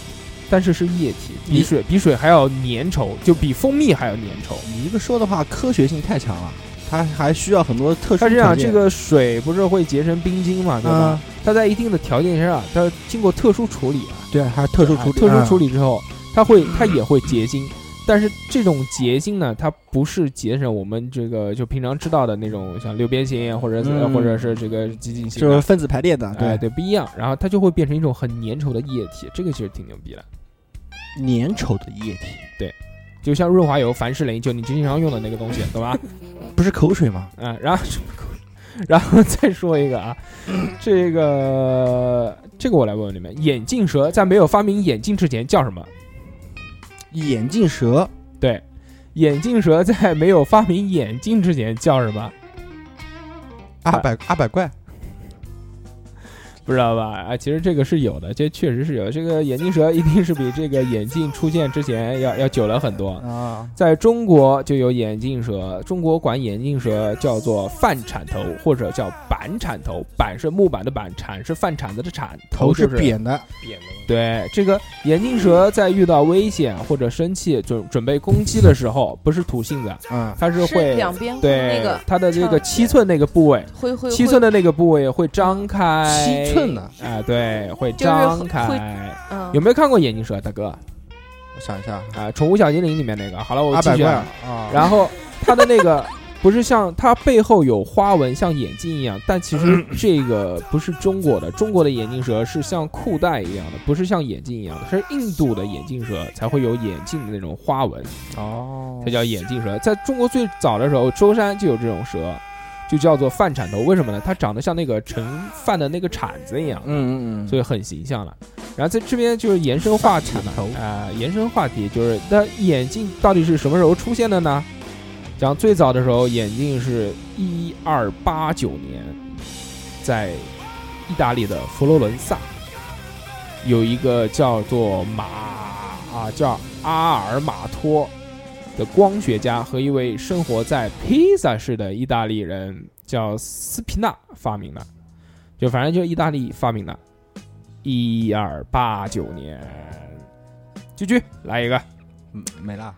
但是是液体，比你水比水还要粘稠，就比蜂蜜还要粘稠。 你这个说的话科学性太强了，它还需要很多特殊它这样， 条件这个水不是会结成冰晶嘛，对吧？ 嗯它在一定的条件下，它经过特殊处理啊， 对，还是特殊处理， 特殊处理， 理之后，它会它也会结晶。但是这种结晶呢，它不是结成我们这个就平常知道的那种像六边形或者、 嗯或者是这个几几形就是分子排列的， 对、哎、 对， 对不一样，然后它就会变成一种很粘稠的液体，这个其实挺牛逼的。 粘稠的液体， 就像润滑油、凡士林，就你经常用的那个东西，懂吧？ 不是口水吗？ 啊、然后然后再说一个啊，这个这个我来问问你们，眼镜蛇在没有发明眼镜之前叫什么？ 眼镜蛇， 对，眼镜蛇在没有发明眼镜之前叫什么？ 阿百阿百怪， 不知道吧？啊，其实这个是有的，这确实是有。这个眼镜蛇一定是比这个眼镜出现之前要要久了很多。 啊， 在中国就有眼镜蛇，中国管眼镜蛇叫做饭铲头，或者叫板铲头。板是木板的板，铲是饭铲子的铲， 头是是扁的， 扁的。 对，这个眼镜蛇在遇到危险或者生气准准备攻击的时候，不是吐信子， 嗯， 它是会两边会对那个它的这个翘七寸那个部位， 会会七寸的那个部位会张开， 七寸的， 啊，对，会就是会张开。 嗯有没有看过眼镜蛇，大哥？ 我想一下， 啊，宠物小精灵里面那个。好了，我阿百怪继续啊。 啊， 然后它的那个不是像它背后有花纹，像眼镜一样，但其实这个不是中国的，中国的眼镜蛇是像裤带一样的，不是像眼镜一样的，是印度的眼镜蛇才会有眼镜的那种花纹， 哦它叫眼镜蛇。在中国最早的时候，舟山就有这种蛇，就叫做饭铲头。为什么呢？它长得像那个盛饭的那个铲子一样， 嗯嗯嗯， 所以很形象了。然后在这边就是延伸话题呢，啊、延伸话题就是那眼镜到底是什么时候出现的呢？讲最早的时候，眼镜是一二八九年，在意大利的佛罗伦萨有一个叫做马啊叫阿尔马托的光学家和一位生活在披萨市的意大利人叫斯皮纳发明的，就反正就意大利发明的。一二八九年，居居来一个， 嗯没了，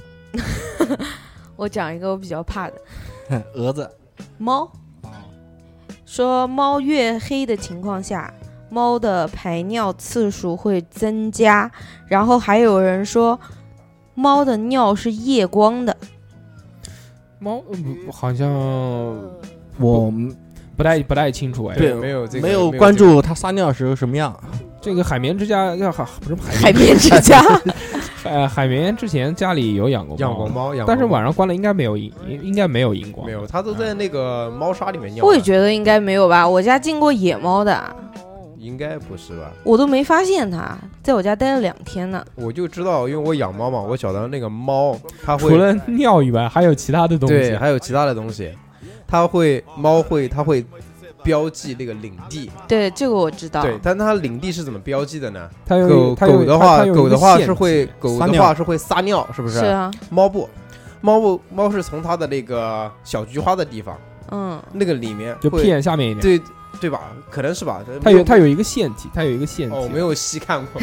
我讲一个我比较怕的蛾子， 猫。说猫越黑的情况下，猫的排尿次数会增加，然后还有人说猫的尿是夜光的。 猫、呃、好像我不太不太清楚哎。 对没有这个没有这个关注它撒尿时候什么样， 这个海绵之家要海不是海海绵之家呃海绵之前家里有养过养过猫，养过但是猫晚上关了应该没有荧，应该没有荧光， 没有，它都在那个猫砂里面尿的。 我也觉得应该没有吧，我家进过野猫的， 应该不是吧？ 我都没发现它，在我家待了两天呢。 我就知道，因为我养猫嘛，我晓得那个猫它会除了尿以外还有其他的东西。 对，还有其他的东西，它会猫会它会标记那个领地。 对，这个我知道。 对，但它领地是怎么标记的呢？ 它有狗它有狗的话， 它有一个狗的话线是会狗的撒尿话是会撒尿，是不是？ 是啊， 猫不，猫不，猫是从它的那个小菊花的地方， 嗯， 那个里面就会屁眼下面一点。 对对吧？可能是吧。 它有它有一个腺体，它有一个腺体。 哦，没有细看过。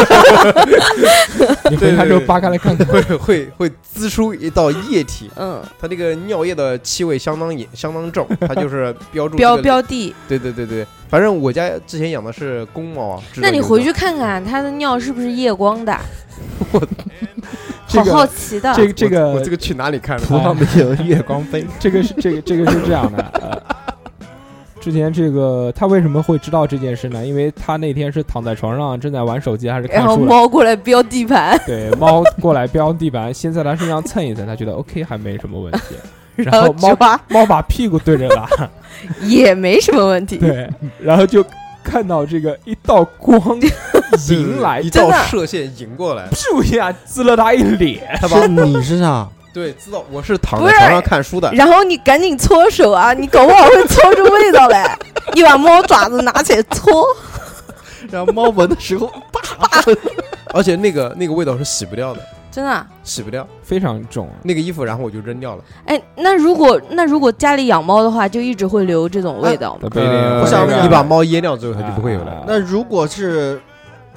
你回家之后扒开来看看。 会会会滋出一道液体， 嗯， 它这个尿液的气味相当严相当重，它就是标注标这个标地。 对对对对，反正我家之前养的是公猫啊。知道有的那你回去看看它的尿是不是夜光的？好这个好奇的。 这个这个我这个去哪里看的？ 图上面有月光杯， 这个是这个这个是这样的，呃，之前这个他为什么会知道这件事呢？因为他那天是躺在床上正在玩手机还是看然后书了， 猫过来标地盘， 对，猫过来标地板，先在他身上蹭一蹭，他觉得 OK 还没什么问题，然然后猫抓猫把屁股对着他， 也没什么问题。 对，然后就看到这个一道光迎来， 一真的道射线迎过来， 咻一下滋了他一脸， 他把是你身上， 对知道我是躺不是在床上看书的， 然后你赶紧搓手啊，你搞不好会搓出味道来。你把猫爪子拿起来搓， 然后猫闻的时候， 而且那个那个味道是洗不掉的， 真的啊。 洗不掉非常重啊。 那个衣服，然后我就扔掉了。 哎，那如果那如果家里养猫的话，就一直会留这种味道吗？ 不一定呃我想问一下你把猫阉掉之后，它就不会有了。 那如果是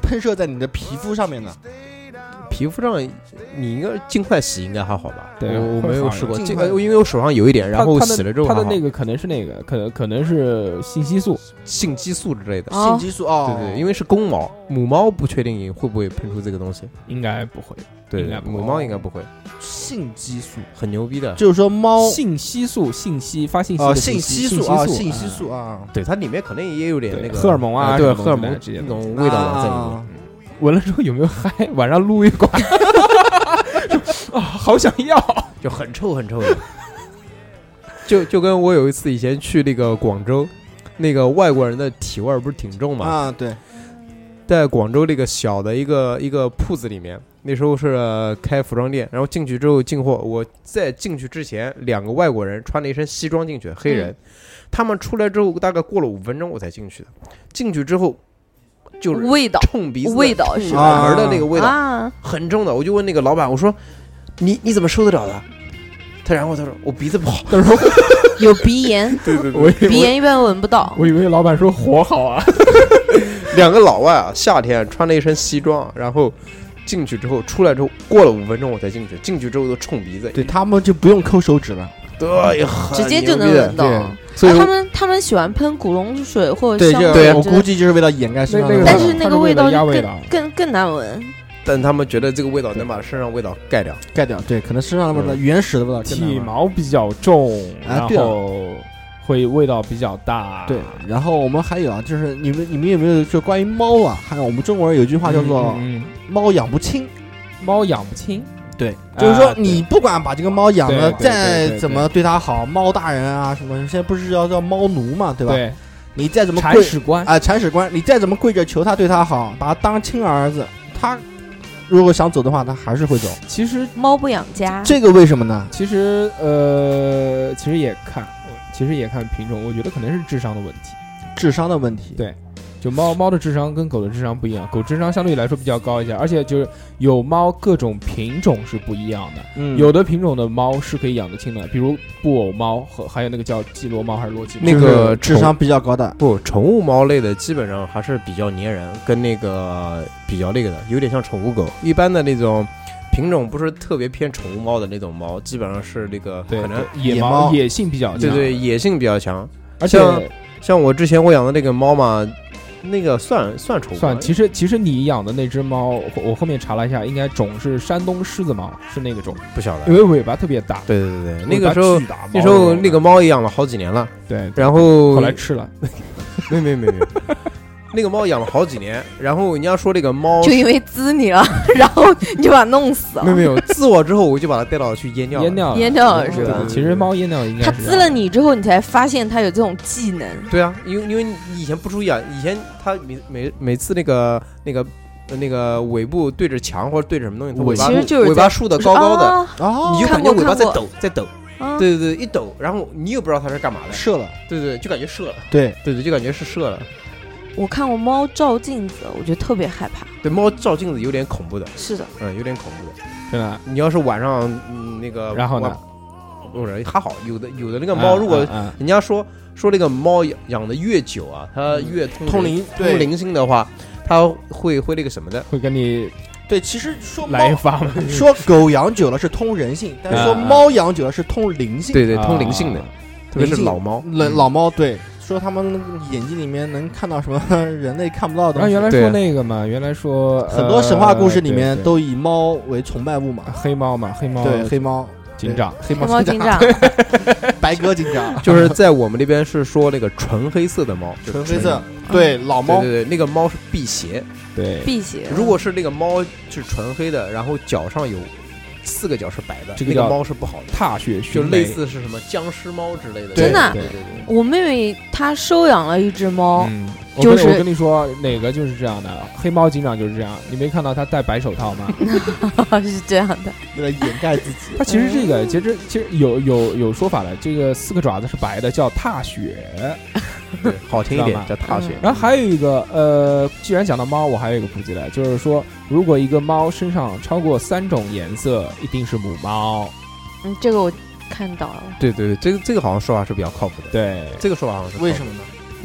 喷射在你的皮肤上面的。 皮肤上你应该尽快洗，应该还好吧？ 对我我会好没有试过， 尽快这个因为我手上有一点，然后洗了之后它的还好那个可能是那个，可能可能是信息素， 性激素之类的。 哦性激素哦， 对对，因为是公猫，母猫不确定会不会喷出这个东西。 应该不会。 对应该，不会母猫应该不会， 性激素， 很牛逼的。 就是说猫信息素，信息发信息哦， 的信息息素啊， 信信息素啊， 对，它里面可能也有点对那个荷尔蒙啊对， 什么荷尔蒙东西的那种味道在里面啊。 闻了之后有没有嗨？晚上撸一管，啊，好想要。 就很臭很臭的。就就跟我有一次以前去那个广州，那个外国人的体味儿不是挺重嘛？ 啊，对， 在广州那个小的一个一个铺子里面，那时候是开服装店，然后进去之后进货。我在进去之前，两个外国人穿了一身西装进去，黑人， 嗯他们出来之后大概过了五分钟我才进去的。进去之后就是味道冲鼻子的、 味道是冲脑门的那个味道、 啊， 很重的。我就问那个老板，我说你你怎么受得了的？他然后他说我鼻子不好。 他说有鼻炎， 对对我以为鼻炎一般闻不到。 我以为老板说活好啊。 两个老外啊，夏天穿了一身西装，然后进去之后出来之后过了五分钟我才进去，进去之后都冲鼻子， 对他们就不用抠手指了， 对，很直接就能牛逼的闻到。 对所以我啊他们他们喜欢喷古龙水或者对，就香对我水之类的， 估计就是为了掩盖身上的那个味道， 但是那个味道就更它是为了压味道更更难闻。 但他们觉得这个味道能把身上味道盖掉。 盖掉，对，可能身上的味道原始的味道更难体闻毛比较重，然啊对啊后会味道比较大。 对，然后我们还有啊，就是你们你们有没有就关于猫啊？还有我们中国人有句话叫做嗯嗯 “猫养不亲嗯猫养不亲。”， 对，就是说啊对你不管把这个猫养的对对对再对怎么对它好，猫大人啊什么，现在不是要叫猫奴嘛，对吧？ 对， 你再怎么跪铲屎官。 啊铲屎官，你再怎么跪着求它对它好，把它当亲儿子，它如果想走的话，它还是会走。 其实猫不养家， 这个为什么呢？ 其实呃，其实也看，其实也看品种。我觉得可能是智商的问题。 智商的问题。 对就猫猫的智商跟狗的智商不一样，狗智商相对来说比较高一些，而且就是有猫各种品种是不一样的， 嗯， 有的品种的猫是可以养得亲的，比如布偶猫和还有那个叫基罗猫还是罗基猫， 那个智商比较高的。 不，宠物猫类的基本上还是比较粘人，跟那个比较那个的，有点像宠物狗。一般的那种品种不是特别偏宠物猫的那种猫，基本上是那个对可能野野猫野性比较强， 对对野性比较强。 而且像像我之前我养的那个猫嘛，那个算算宠物算， 吗其实其实你养的那只猫，我后面查了一下，应该种是山东狮子猫，是那个种， 不晓得因。为尾巴特别大。 对对对对，那尾巴个时候巨大那时候那个猫也养了好几年了， 对， 然后后来吃了， 没没没没，那个猫养了好几年，然后人家说那个猫就因为滋你了，然后你就把它弄死了。 没有没有滋我之后，我就把它带到去阉掉了阉掉了， 阉掉了是吧对其实猫阉掉应该它滋是这样了你之后，你才发现它有这种技能。 对啊，因为因为你以前不注意啊，以前它每每每次那个那个呃那个尾部对着墙或者对着什么东西，它尾巴其实就是在尾巴竖的高高的， 啊哦你就感觉尾巴在抖在抖， 啊对对对，一抖，然后你又不知道它是干嘛的， 射了， 对对，就感觉射了， 对， 对对，就感觉是射了。 我看过猫照镜子，我觉得特别害怕。 对，猫照镜子有点恐怖的， 是的， 嗯，有点恐怖的。 真的。 你要是晚上嗯那个， 然后呢？ 不是还好，有的有的那个猫，如果嗯嗯人家说说那个猫养养的越久啊，它越通通灵对通灵性的话，它会会那个什么的。 会跟你对，其实说猫来一发吗？ 说狗养久了是通人性，但是说啊猫养久了是通灵性。 对对， 啊通灵性的，特别是老猫。 老老猫对，说他们眼睛里面能看到什么人类看不到的东西。 然后原来对说那个嘛，原来说很多神话故事里面呃对对都以猫为崇拜物嘛。 黑猫嘛，黑猫对，黑猫警长， 对黑黑猫猫警长， 白鸽警长， 就是在我们那边是说那个纯黑色的猫，就纯黑色，对，老猫对对对，那个猫是辟邪。 对， 辟邪。 如果是那个猫是纯黑的，然后脚上有四个脚是白的， 这个叫那个猫是不好的， 踏雪就寻梅， 类似是什么僵尸猫之类的。 真的啊对对对。 我妹妹她收养了一只猫， 嗯，我就是跟我跟你说，哪个就是这样的，黑猫警长就是这样。你没看到他戴白手套吗？ 是这样的。 为了掩盖自己。 它其实这个其实其实有有有说法的，这个四个爪子是白的，叫踏雪。 对，好听一点知道吗叫踏雪。 然后还有一个呃，既然讲到猫，我还有一个普及的，就是说，如果一个猫身上超过三种颜色，一定是母猫。 嗯，这个我看到了。 对对对，这个这个好像说法是比较靠谱的。 对， 这个说法好像是靠谱的为什么呢？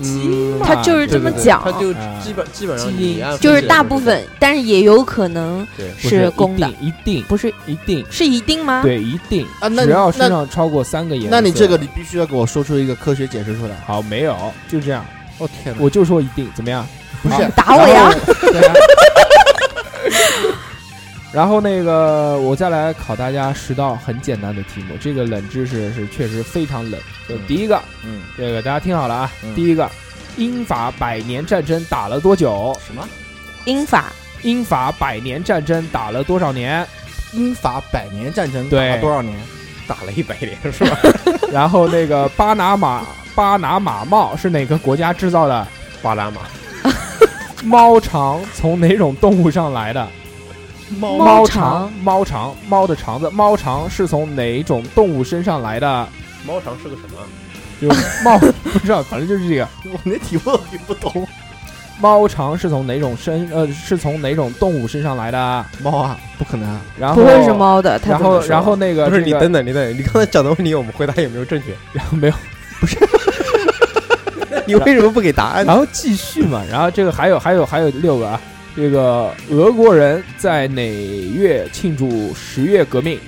基因嘛， 他就是这么对对对讲他就啊基本基本上基因你按就是分析来说大部分，但是也有可能对不是公的， 一定一定不是一定是一定吗？ 对一定啊那只要那身上超过三个颜色， 那你这个你必须要给我说出一个科学解释出来。 好没有就这样， 我天哪！ 我就说一定怎么样？ 不是打我呀！ 对啊然后那个，我再来考大家十道很简单的题目。这个冷知识是确实非常冷。就第一个， 嗯， 这个大家听好了啊。 嗯第一个，英法百年战争打了多久？ 什么？ 英法英法百年战争打了多少年？ 英法百年战争打对了多少年？ 打了一百年是吧？ 然后那个巴拿马巴拿马帽是哪个国家制造的？ 巴拿马猫肠从哪种动物上来的？ 猫猫肠肠， 猫肠，猫的肠子，猫肠是从哪种动物身上来的？ 猫肠是个什么？ 就猫不知道，反正就是这个我连题目都听不懂。 猫肠是从哪种身呃是从哪种动物身上来的？ 猫啊，不可能啊！ 然后不会是猫的，他然这么说后然后那个不是这个你等等你等等，你刚才讲的问题我们回答有没有正确？ 然后没有， 你为什么不给答案？ 然后继续嘛，然后这个还有还有还有六个啊，这个俄国人在哪月庆祝十月革命？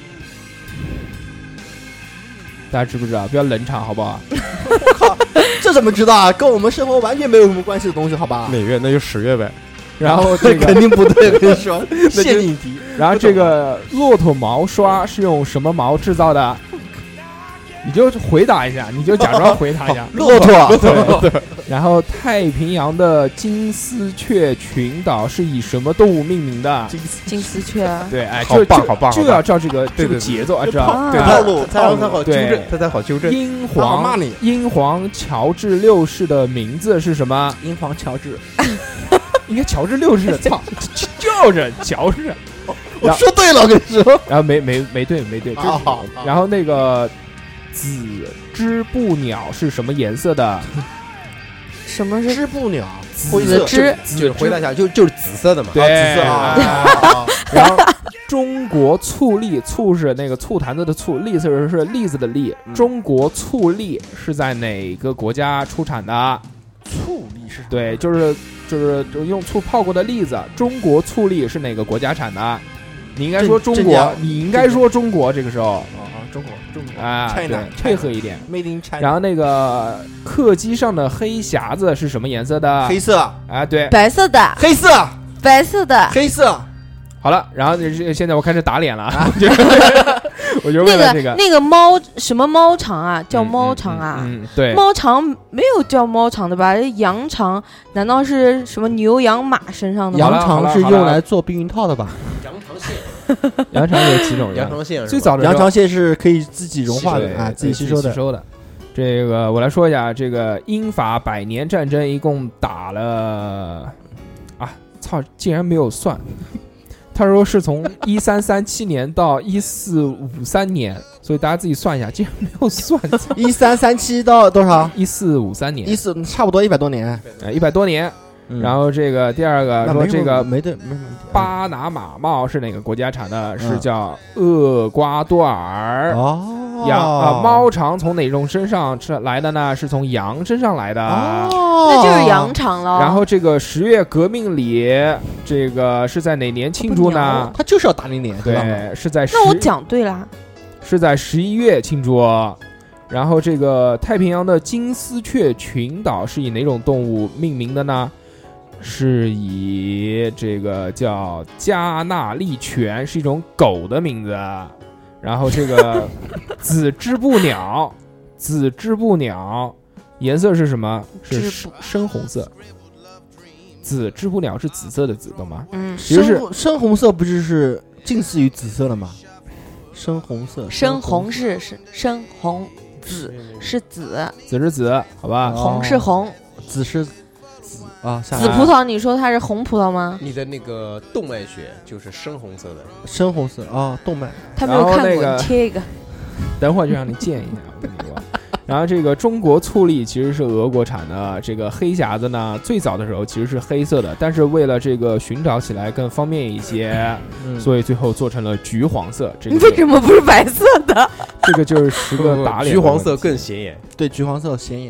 大家知不知道？不要冷场好不好？ 这怎么知道啊？跟我们生活完全没有什么关系的东西，好吧？ 哪月？那就十月呗。 然后这个， 肯定不对，我跟你说，陷阱题。 然后这个骆驼毛刷是用什么毛制造的？你就回答一下，你就假装回答一下。 骆驼， 对对。然后太平洋的金丝雀群岛是以什么动物命名的？ 金丝雀啊， 对，哎， 好就就棒好棒好就要照这个这个对对对节奏啊，知道啊对吧？ 套路他让他好纠对正，他才好纠正。 英他好骂皇你英皇乔治六世的名字是什么？ 英皇乔治， 应该乔治六世，操，就是乔治。 我说对了，我跟你说。 然后没没没对没对，这好好好然后那个紫织布鸟是什么颜色的？ 什么是织布鸟， 紫灰色织？ 就是回答一下，就就是紫色的嘛。 对， 紫色啊哎啊。 然后中国醋栗，醋是那个醋坛子的醋，栗是是栗子的栗。 嗯中国醋栗是在哪个国家出产的？ 醋栗是什么？ 对，就是就是就是用醋泡过的栗子。中国醋栗是哪个国家产的？你应该说中国镇江， 你应该说中国。这个时候啊啊，中国中国啊，对 China， 配合一点。 ，Made in China。 然后那个客机上的黑匣子是什么颜色的？ 黑色， 啊，对。 白色的， 黑色， 白色的。 黑色。 好了，然后这现在我开始打脸了啊！我就我就为那个了这个那个猫什么猫肠啊，叫嗯猫肠啊。 嗯，嗯对， 猫肠没有叫猫肠的吧？羊肠难道是什么牛羊马身上的吗？ 羊肠是用来做避孕套的吧？ 羊肠线， 羊肠有几种人？ 羊肠线是吧最早的时候羊肠线是可以自己融化的对啊，自己吸收的。 吸收的。这个我来说一下，这个英法百年战争一共打了啊，操，竟然没有算。他说是从一三三七年到一四五三年，所以大家自己算一下，竟然没有算。 一三三七到多少？ 一四五三年， 一四差不多一百多年。 呃一百多年。 嗯然后这个第二个那没说这个没对没问题。 巴拿马帽是哪个国家产的？是嗯叫厄瓜多尔。 哦， 羊啊，猫肠从哪种身上是来的呢？是从羊身上来的。 哦， 那就是羊肠了。 然后这个十月革命里，这个是在哪年庆祝呢？ 他就是要打你脸，知道吗？ 对，是在十那我讲对啦， 是在十一月庆祝。然后这个太平洋的金丝雀群岛是以哪种动物命名的呢？是以这个叫加纳利犬，是一种狗的名字。然后这个紫织布鸟，紫织布鸟颜色是什么？是织深红色。紫织布鸟是紫色的紫，懂吗？ 嗯， 其实是深深红色不就是近似于紫色了吗？深红色， 深红是是深红，紫是紫， 紫是紫，好吧？ 哦红是红。 紫是紫啊，下紫葡萄，你说它是红葡萄吗？ 你的那个动脉血就是深红色的， 深红色啊，动脉。 他没有看过， 然后那个你切一个。 等会儿就让你见一下，我跟你说。然后这个中国醋栗其实是俄国产的，这个黑匣子呢，最早的时候其实是黑色的，但是为了这个寻找起来更方便一些， 嗯所以最后做成了橘黄色。这个你为什么不是白色的？ 这个就是十个打脸。 橘黄色更显眼。 对，橘黄色显眼。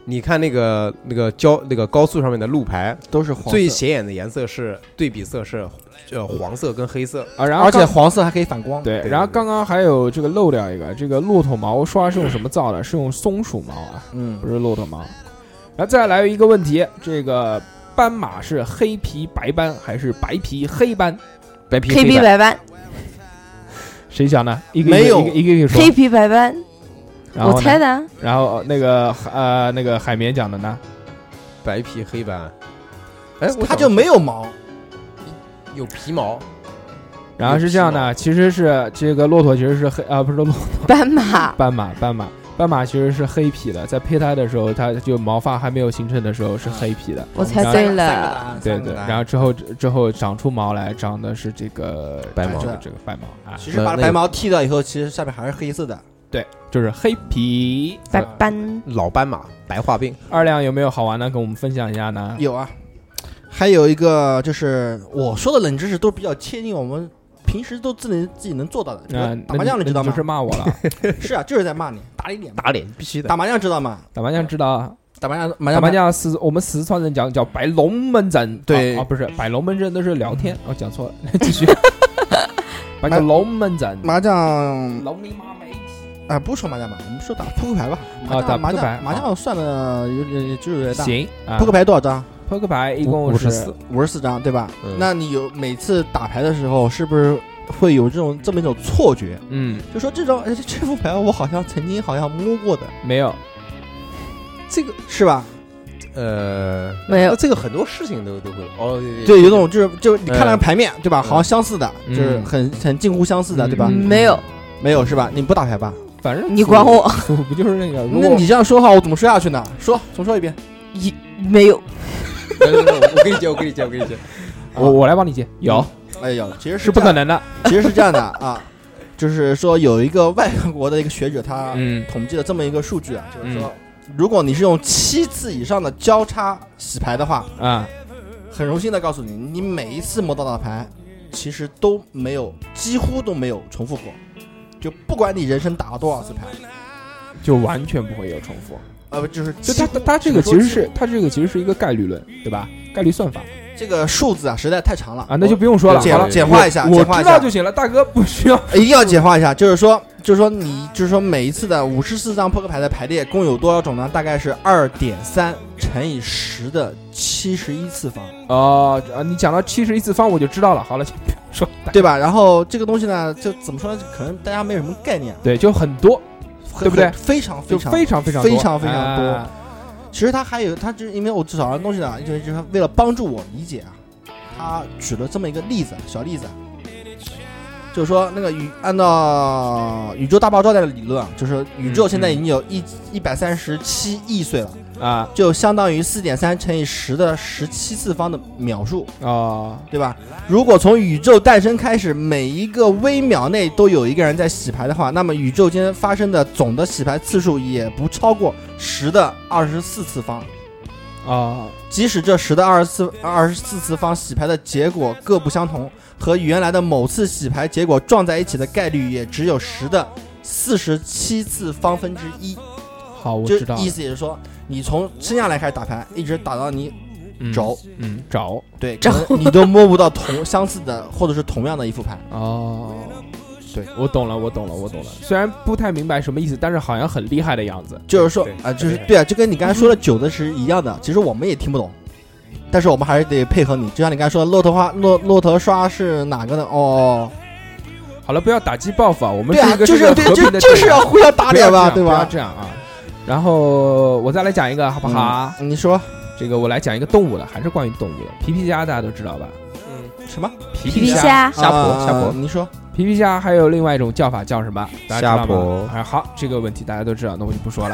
你看那个那个交那个高速上面的路牌， 都是黄色， 最显眼的颜色是对比色是呃黄色跟黑色， 啊，然后而且刚黄色还可以反光。 对， 对然后刚刚还有这个漏掉一个，这个骆驼毛刷是用什么造的？是用松鼠毛啊， 嗯不，是骆驼毛。然后再来有一个问题，这个斑马是黑皮白斑还是白皮黑斑？ 白皮黑皮斑， 白斑， 谁想的？一个没有一个一个一个说。 黑皮白斑， 然后呢我猜的啊。 然后那个呃那个海绵讲的呢？ 白皮黑斑。哎，我它就没有毛。 有皮毛， 然后是这样的，其实是这个骆驼其实是黑啊，不是骆驼， 斑马， 斑马斑马斑马其实是黑皮的，在胚胎的时候，它就毛发还没有形成的时候是黑皮的。 我猜对三个了。 答案对对， 三个答案然后之后之后长出毛来，长的是这个白毛这个这个白毛啊， 其实把白毛剃掉以后，其实下面还是黑色的。 对，就是黑皮白斑， 老斑马，白化病。 二两有没有好玩的跟我们分享一下呢？ 有啊，还有一个就是我说的冷知识都比较贴近我们平时都自己自己能做到的。比如那打麻将你知道吗就是？骂我了。 是啊，就是在骂你，打你脸嘛。 打脸必须的。 打麻将知道吗？ 打麻将知道啊， 打麻将麻打将麻将四我们四川人讲叫摆龙门阵， 对啊啊不是摆龙门阵那是聊天，哦讲错了，继续。摆个龙门阵， 麻将龙你妈没啊，不是说麻将吧，我们说打扑克牌吧。 啊打麻扑克牌将麻将算的有点就是有点大。 行啊， 扑克牌多少张？ 扑克牌一共是五十四， 五十四张，对吧？ 嗯那你有每次打牌的时候，是不是会有这种这么一种错觉？ 嗯就说这张哎这副牌我好像曾经好像摸过的， 没有这个是吧？ 呃， 没有那这个很多事情都都会哦，对对，有种就是就是你看那个嗯牌面，对吧？ 嗯好像相似的， 嗯就是很很近乎相似的， 嗯对吧？ 嗯没有， 没有是吧？你不打牌吧？ 反正你管我， 不不就是那个？如果那你这样说话，我怎么说下去呢？说，重说一遍。 一没有， 没有没有我跟你讲，我跟你讲，我跟你讲， 我我来帮你接，有哎呀，其实是不可能的。 这样，其实是这样的啊，就是说有一个外国的一个学者，他嗯统计了这么一个数据啊，就是说，如果你是用七次以上的交叉洗牌的话， 啊， 很荣幸的告诉你，你每一次摸到的牌，其实都没有，几乎都没有重复过。就不管你人生打了多少次牌， 就完全不会有重复。 呃，不就是就几乎它它这个只能说其实是它这个其实是一个概率论，对吧？概率算法这个数字啊，实在太长了啊，那就不用说了。 简好了， 简化一下我我知道简化一下就行了，大哥不需要。 一定要简化一下，就是说，就是说你，就是说每一次的五十四张扑克牌的排列共有多少种呢？大概是二点三乘以十的七十一次方， 哦啊，你讲到七十一次方我就知道了。好了，就不用说了。 对吧？然后这个东西呢，就怎么说呢？可能大家没什么概念， 对，就很多， 很对不对很非常就非常非常非常非多常非常多。 啊其实他还有，他就是因为我找到的东西呢，就是就是为了帮助我理解啊，他举了这么一个例子，小例子啊，就是说那个宇按照宇宙大爆炸的理论啊，就是宇宙现在已经有一一百三十七亿岁了， 啊就相当于四点三乘以十的十七次方的秒数， 哦， 对吧？如果从宇宙诞生开始，每一个微秒内都有一个人在洗牌的话，那么宇宙间发生的总的洗牌次数也不超过十的二十四次方。 啊即使这十的二十四二十四次方洗牌的结果各不相同，和原来的某次洗牌结果撞在一起的概率也只有十的四十七次方分之一。 好，我就知道了。 意思也是说，你从生下来开始打牌，一直打到你嗯轴， 嗯，找对，可能你都摸不到同相似的或者是同样的一副牌。 哦， 对， 我懂了，我懂了，我懂了。虽然不太明白什么意思，但是好像很厉害的样子。 就是说对啊、就是对对啊，就跟你刚才说的九的是一样的，其实我们也听不懂，但是我们还是得配合你。就像你刚才说的，骆驼花骆骆驼刷是哪个呢？哦， 好了，不要打击报复啊！我们对啊， 一个就是对， 个和平的就就是对话要互相打脸吧，对不要吧？ 这样啊！然后我再来讲一个，好不好？ 嗯你说这个我来讲一个动物的，还是关于动物的。皮皮虾大家都知道吧？ 什么？ 皮皮虾、 虾虾婆、 啊虾婆。 你说皮皮虾还有另外一种叫法叫什么？大家知道虾婆吗？哎，好，这个问题大家都知道，那我就不说了。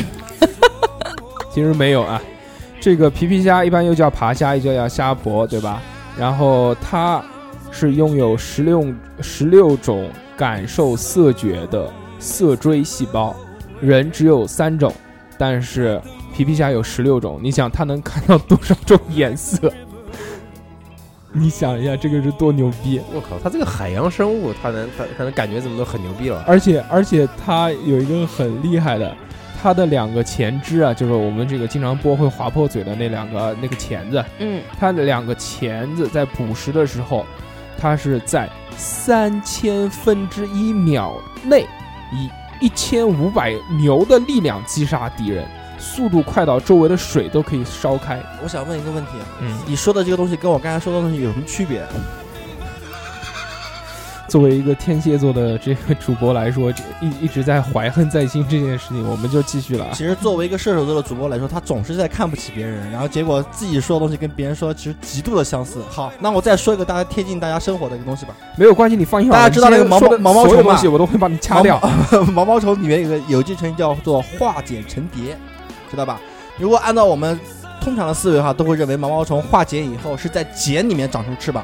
其实没有啊，这个皮皮虾一般又叫爬虾，又叫虾婆，对吧？然后它是拥有十六十六种感受色觉的色锥细胞，人只有三种，但是皮皮虾有十六种。你想它能看到多少种颜色？你想一下，这个是多牛逼！ 我靠，它这个海洋生物，它能它它能感觉怎么都很牛逼了。 而且而且它有一个很厉害的， 它的两个前肢啊，就是我们这个经常剥会划破嘴的那两个那个钳子， 嗯， 它的两个钳子在捕食的时候，它是在三千分之一秒内以一千五百牛的力量击杀敌人，速度快到周围的水都可以烧开。 我想问一个问题， 嗯， 你说的这个东西跟我刚才说的东西有什么区别？ 作为一个天蝎座的这个主播来说，一一直在怀恨在心这件事情，我们就继续了。 其实作为一个射手座的主播来说，他总是在看不起别人，然后结果自己说的东西跟别人说其实极度的相似。好，那我再说一个大家贴近大家生活的一个东西吧。 没有关系，你放心好了。 大家知道那个毛毛毛毛虫吗？ 东西我都会帮你掐掉。 毛毛虫里面有个有句成语叫做化茧成蝶，知道吧？如果按照我们通常的思维的话，都会认为毛毛虫化茧以后是在茧里面长出翅膀，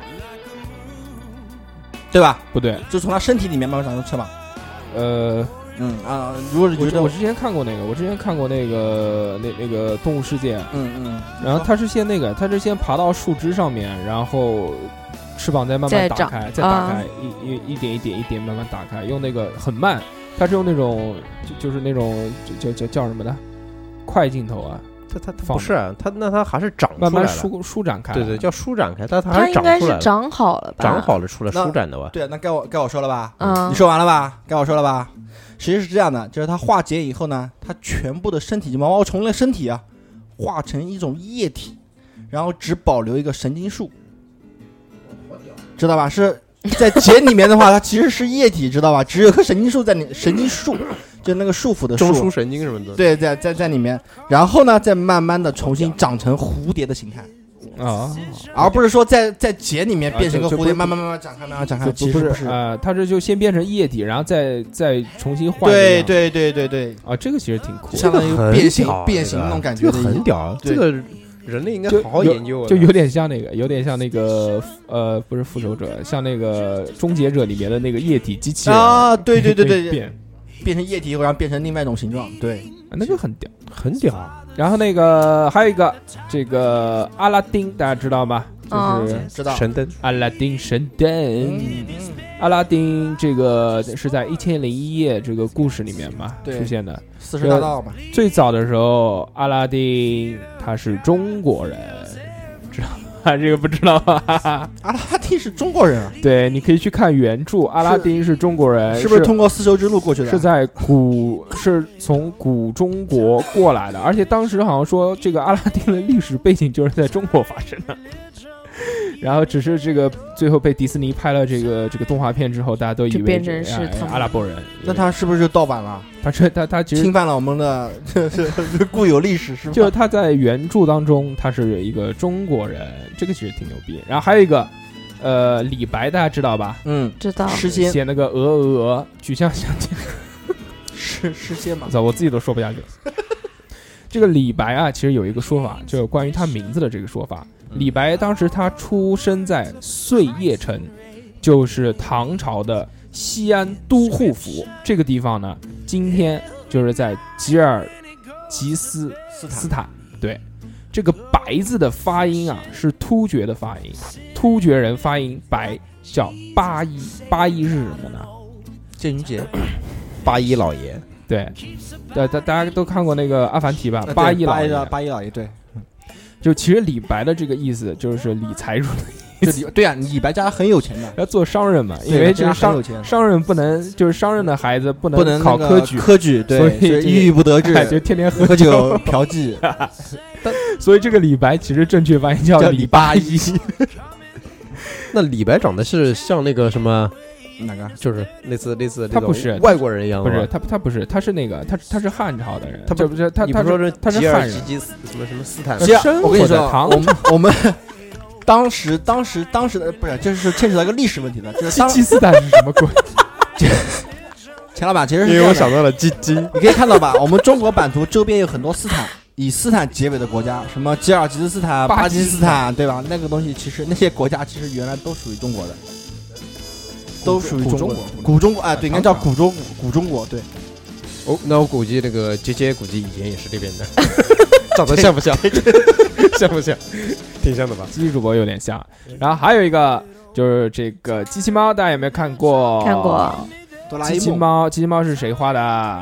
对吧？ 不对， 就从它身体里面慢慢长出翅膀。 呃， 嗯啊，如果是觉得我我之前看过那个，我之前看过那个那那个动物世界， 嗯嗯， 然后它是先那个，它是先爬到树枝上面，然后翅膀再慢慢打开，再打开，一一一点一点一点慢慢打开，用那个很慢，它是用那种就就是那种叫叫叫什么的快镜头啊。 它它它不是啊，它那它还是长出来了， 慢慢舒舒展开， 对对，叫舒展开，但它它应还是长出来了， 该是长好了吧？ 长好了出来那舒展的吧？ 对，那该我该我说了吧？ 嗯， 你说完了吧？该我说了吧？实际是这样的，就是它化茧以后呢，它全部的身体，就毛毛虫的身体啊，化成一种液体，然后只保留一个神经束，知道吧？是在茧里面的话，它其实是液体，知道吧？只有个神经束在里，神经束就那个束缚的束， 中枢神经什么的， 对，在在在里面，然后呢，再慢慢的重新长成蝴蝶的形态。 啊， 而不是说在在茧里面变成个蝴蝶， 啊就就慢慢慢慢展开，慢慢展开。 不不其实不是， 呃，它这就先变成液体，然后再再重新换。 对对对对对， 啊，这个其实挺酷的， 相当于很变形屌变形那种感觉的， 这个很屌， 对这个人类应该就好好研究啊， 就有点像那个，有点像那个呃，不是复仇者，像那个终结者里面的那个液体机器人啊，对对对对对， 变变成液体以后，然后变成另外一种形状，对， 啊那就很屌。 很屌。 然后那个还有一个这个阿拉丁，大家知道吗？就是知道。 神灯， 阿拉丁神灯。 嗯阿拉丁这个是在《一千零一夜》这个故事里面嘛对出现的。 四十大盗嘛， 最早的时候，阿拉丁他是中国人，知道吗？这个不知道吧？ 阿拉丁是中国人啊， 对，你可以去看原著，阿拉丁是中国人， 是不是通过丝绸之路过去的？ 是在古是从古中国过来的，而且当时好像说这个阿拉丁的历史背景就是在中国发生的。然后只是这个最后被迪士尼拍了这个这个动画片之后，大家都以为就变成这是他们哎阿拉伯人。 那他是不是就盗版了？ 他这他他其实侵犯了我们的这这这固有历史是吧？ 就是他在原著当中他是一个中国人，这个其实挺牛逼。然后还有一个，呃，李白大家知道吧？ 嗯， 知道。 诗仙写那个鹅鹅鹅，举项向天。 诗诗仙嘛我，操，我自己都说不下去了。这个李白啊，其实有一个说法，就是关于他名字的这个说法。李白当时他出生在碎叶城，就是唐朝的西安都护府这个地方呢。今天就是在吉尔吉斯斯坦。对，这个“白”字的发音啊是突厥的发音，突厥人发音白叫八一。八一是什么呢？ 建云杰， 八一老爷， 对，对，大大家都看过那个《阿凡提》吧？ 呃八一老爷八一的，八一老爷，对， 就其实李白的这个意思就是理财主的意思， 就李对啊，李白家很有钱的， 要做商人嘛，因对为这个商家很有钱， 商人不能就是商人的孩子不不能考那个科举， 科举对， 所以这个郁郁不得志， 哎就天天喝喝酒嫖妓， 所以这个李白其实正确发音叫叫李八一。 那李白长得是像那个什么， 哪个？ 就是类似类似他不是外国人一样的吗， 不是他，他不是，他是那个，他他是汉朝的人， 他不这不是他，他你不说是他是吉尔汉人， 吉基斯什么什么斯坦呃这样生我跟你说， 活在唐我们我们当时当时当时的不是，这是牵扯到一个历史问题的，就是当吉基斯坦是什么鬼？ 钱老板其实是因为这样的我想到了鸡鸡， 你可以看到吧，我们中国版图周边有很多斯坦，以斯坦结尾的国家，什么吉尔吉斯斯坦、 巴巴基基斯坦斯坦，对吧？那个东西其实那些国家其实原来都属于中国的，都属于中国的。古中国，哎，对，应该叫古中古中国，对。 哦，那我估计那个杰杰估计以前也是这边的，长得像不像？像不像？挺像的吧？ 机器主播有点像。然后还有一个就是这个机器猫，大家有没有看过？ 看过。 哆啦机 A 梦， 器猫，机器猫是谁画的？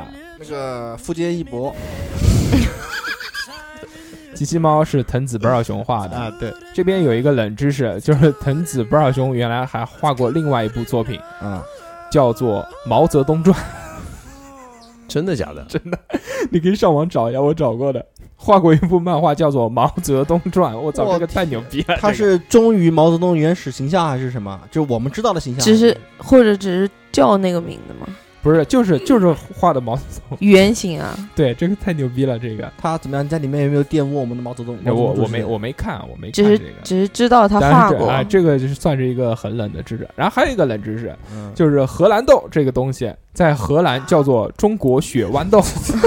那个富坚义博， 机器猫是藤子不二雄画的啊，对， 这边有一个冷知识，就是藤子不二雄原来还画过另外一部作品， 啊， 叫做《毛泽东传》。 真的假的？ 真的，你可以上网找一下，我找过的，画过一部漫画叫做《毛泽东传》。我操， 我这个太牛逼了！ 他是忠于毛泽东原始形象还是什么？就是我们知道的形象， 只是或者只是叫那个名字吗？ 不是，就是就是画的毛泽东原型啊。 对，这个太牛逼了，这个他怎么样？在里面有没有玷污我们的毛泽东？ 我我我没我没看，我没看只是这个， 只是知道他画过。 啊，这个就是算是一个很冷的知识。然后还有一个冷知识， 嗯， 就是荷兰豆这个东西，在荷兰叫做中国雪豌豆。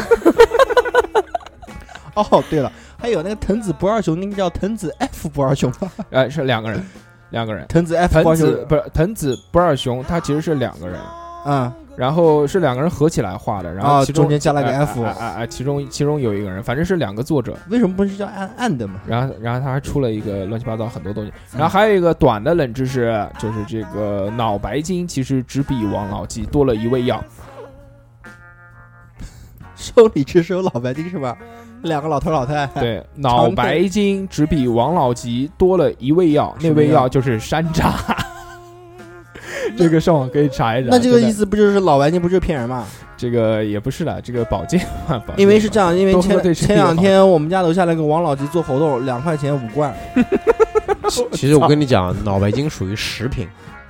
哦，对了，还有那个藤子不二雄，应该叫藤子 F 不二雄吧？ 呃，是两个人，两个人。 藤子 F 不藤二雄子不是藤子不二雄，他其实是两个人。 嗯， 然后是两个人合起来画的，然后啊其中、 中间加了个哎 F 哎哎哎，其中其中有一个人，反正是两个作者， 为什么不是叫暗暗的嘛？ 然后然后他还出了一个乱七八糟很多东西，然后还有一个短的冷知识，就是这个脑白金其实只比王老吉多了一味药。 收理智收老白金是吧？两个老头老太太， 对，脑白金只比王老吉多了一味药，那味药就是山楂。这个上网可以查一查。 那这个真的意思不就是老白金不就是骗人嘛？ 这个也不是的，这个保健嘛，保健因为是这样，因为都喝对身体前前两好天我们家楼下那个王老吉做活动，两块钱五罐。 其其实我跟你讲，脑白金属于食品。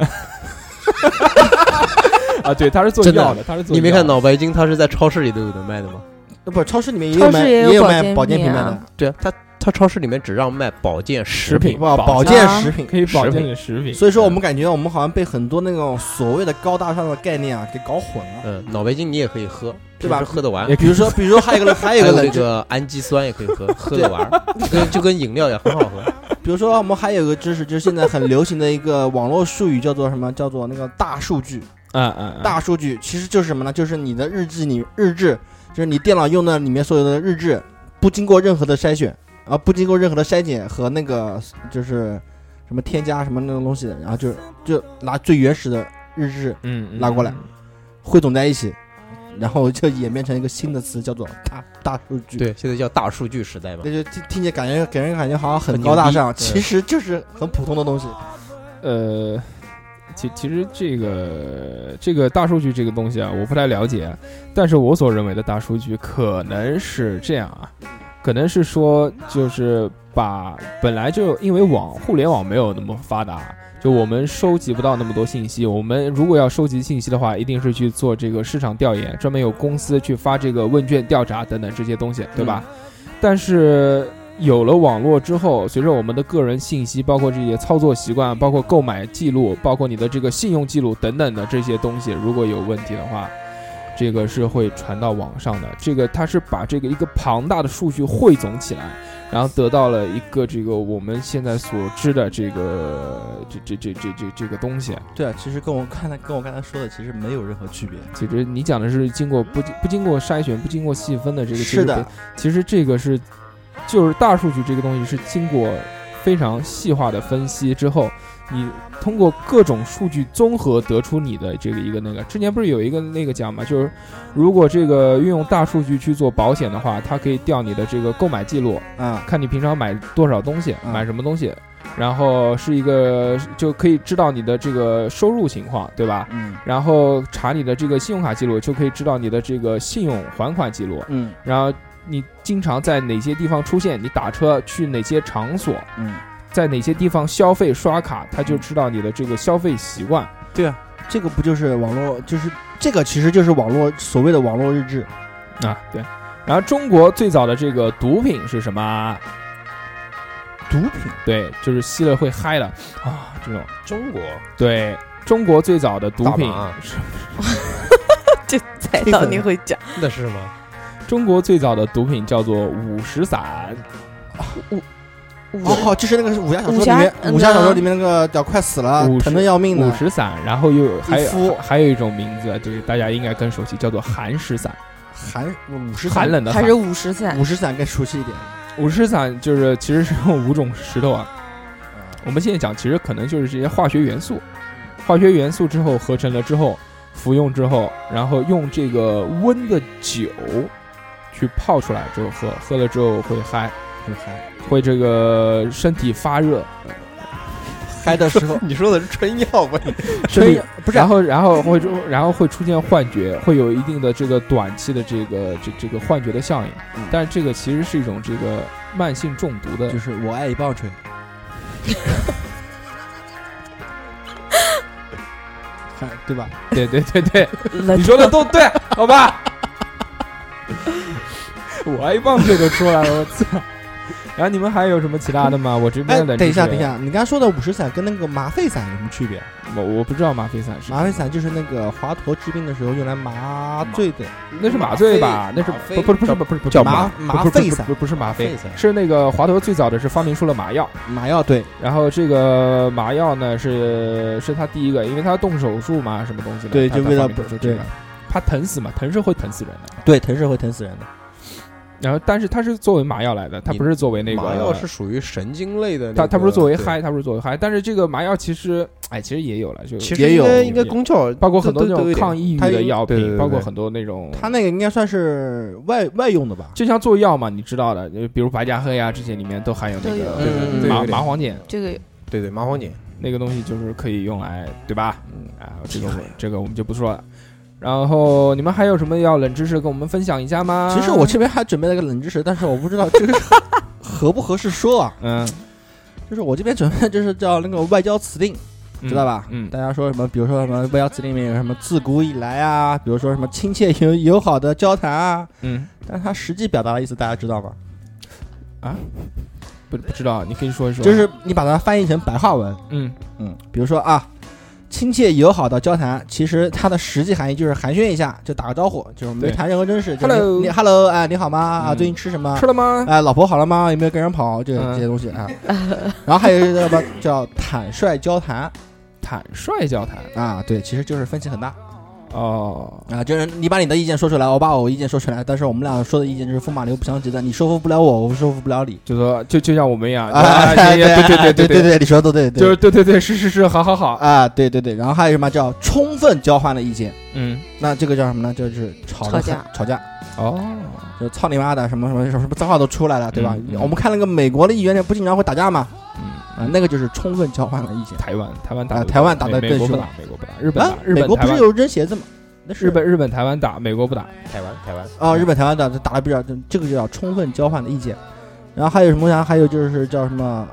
啊，对，他是做真的药的，他是做你没看药的脑白金，它是在超市里都有的卖的吗？ 呃不，超市里面也有卖， 超市也有也有卖保健保健品卖品啊的， 对啊，它它超市里面只让卖保健食品。 不保健健食品。 可以保食品健的食品。 所以说我们感觉我们好像被很多那种所谓的高大上的概念啊给搞混了。 嗯，脑白金你也可以喝， 对吧平时喝得完也。 比如说，比如说还有一个还有一还有那个冷知， 个氨基酸也可以喝，喝得完，跟就跟饮料一样，很好喝。 比如说我们还有一个知识，就是现在很流行的一个网络术语，叫做什么？叫做那个大数据。 嗯嗯嗯， 大数据其实就是什么呢？就是你的日记，你日志，就是你电脑用的里面所有的日志，不经过任何的筛选啊，不经过任何的筛检和那个就是什么添加什么那种东西，然后就就拿最原始的日志嗯嗯拉过来汇总在一起，然后就演变成一个新的词，叫做大大数据。， 对，现在叫大数据时代嘛那。就听听起来感觉给人感觉好像很很牛逼高大上， 对其实就是很普通的东西。 呃，其其实这个这个大数据这个东西啊，我不太了解，但是我所认为的大数据可能是这样啊，可能是说就是把本来就因为网互联网没有那么发达。就我们收集不到那么多信息，我们如果要收集信息的话，一定是去做这个市场调研，专门有公司去发这个问卷调查等等这些东西，对吧？但是有了网络之后，随着我们的个人信息，包括这些操作习惯，包括购买记录，包括你的这个信用记录等等的这些东西，如果有问题的话，这个是会传到网上的。这个它是把这个一个庞大的数据汇总起来，然后得到了一个这个我们现在所知的这个这这这这这这个东西。 对啊，其实跟我刚才跟我刚才说的其实没有任何区别。 其实你讲的是经过不不经过筛选、不经过细分的这个， 是的， 其实这个是就是大数据这个东西是经过非常细化的分析之后，你通过各种数据综合得出你的这个一个那个。之前不是有一个那个讲嘛，就是如果这个运用大数据去做保险的话，它可以调你的这个购买记录， 啊， 看你平常买多少东西， 嗯买什么东西。然后是一个就可以知道你的这个收入情况，对吧？ 嗯然后查你的这个信用卡记录，就可以知道你的这个信用还款记录。 嗯然后你经常在哪些地方出现，你打车去哪些场所， 嗯， 在哪些地方消费刷卡，他就知道你的这个消费习惯。 对啊，这个不就是网络，就是这个其实就是网络所谓的网络日志。 啊，对。然后中国最早的这个毒品是什么？ 毒品对，就是吸了会嗨的啊，这种。 中国对，中国最早的毒品大麻是就猜到你会讲那是什么？ 中国最早的毒品叫做五石散。 哦，就是那个武侠小说武侠里面， 嗯武侠小说里面那个屌快死了五，十疼的要命的五石散，然后又还有一敷还有一种名字，对大家应该更熟悉，叫做寒石散， 寒五十寒冷的寒还是。五十散？ 五十散更熟悉一点。 五石散就是其实是用五种石头啊，我们现在讲其实可能就是这些化学元素，化学元素之后合成了之后， 服用之后，然后用这个温的酒去泡出来之后喝，喝了之后会嗨， 会嗨， 会这个身体发热， 嗨的时候你说的是春药吧？ 身体不是然后然后会然后会出现幻觉，会有一定的这个短期的这个这这个幻觉的效应， 嗯但是这个其实是一种这个慢性中毒的， 就是我爱一棒槌。嗨，对吧？ 对对对对， 冷你说的都对，好吧？我爱一棒槌都出来了，我操！然后你们还有什么其他的吗？我这哎边，冷等一下， 知识等一，下，你刚才说的五十散跟那个吗啡散有什么区别？ 我我不知道吗啡散是吗啡散就是那个华佗治病的时候用来麻醉的， 那是麻醉吧？那是吗啡不不不是不是不是叫麻不麻不沸散不不不是吗啡沸散， 是那个华佗最早的是发明出了麻药， 麻药对， 然后这个麻药呢是是他第一个，因为他动手术嘛，什么东西的，他他对就为了发明出这对个，怕疼死嘛，疼是会疼死人的。 对，疼是会疼死人的。 然后但是它是作为麻药来的，它不是作为那个麻药是属于神经类的那个， 它它不是作为对， 嗨，它不是作为嗨，但是这个麻药其实，哎，其实也有了，就其实也有应该应该功效包括很多那种都都有点抗抑郁它有的药品， 对对对包括很多那种， 它那个应该算是外外用的吧？ 就像做药嘛，你知道的，就比如白加黑啊这些里面都含有那都有个对对对麻对麻黄碱， 这个对对麻黄碱， 那个东西就是可以用来，对吧？ 嗯啊，这个我这个我们就不说了。然后你们还有什么要冷知识跟我们分享一下吗？ 其实我这边还准备了个冷知识，但是我不知道这个合不合适说啊。 嗯， 就是我这边准备的就是叫那个外交辞令， 嗯知道吧？ 嗯， 大家说什么？比如说什么外交辞令里面有什么自古以来啊，比如说什么亲切友友好的交谈啊， 嗯但是它实际表达的意思大家知道吗？ 啊，不不知道，你可以说一说。 就是你把它翻译成白话文， 嗯嗯，比如说啊，亲切友好的交谈，其实它的实际含义就是寒暄一下，就打个招呼，就是没对谈任何正事。就是 Hello 你你 Hello，哎，你好吗？啊， 嗯最近吃什么吃？了吗？ 哎，老婆好了吗？有没有跟人跑？这嗯这些东西啊。然后还有一个什么叫坦率交谈坦率交谈。 啊，对，其实就是分歧很大哦， 啊，就是你把你的意见说出来，我把我意见说出来，但是我们俩说的意见就是风马牛不相及的，你说服不了我，我说服不了你。 就说就就像我们一样， 啊， 对对对对对对对，你说的都对，对就是对对对，是是是，好好好。 啊，对对对，然后还有什么叫充分交换的意见？ 嗯， 那这个叫什么呢？就是吵得吵架很吵架， 哦， 就操你妈的什么什么什么什么脏话都出来了，对吧？ 嗯嗯我们看那个美国的议员，不经常会打架吗？ 嗯， 啊，那个就是充分交换了意见。 台湾台湾打啊得台湾打得美美国不更凶打，美国不打，日本啊打，，日本台湾美国不是有扔鞋子吗？那是日本日本台湾打，美国不打。 台湾台湾啊，日本台湾打打的比较，这个就叫充分交换的意见。然后还有什么呀？还有就是叫什么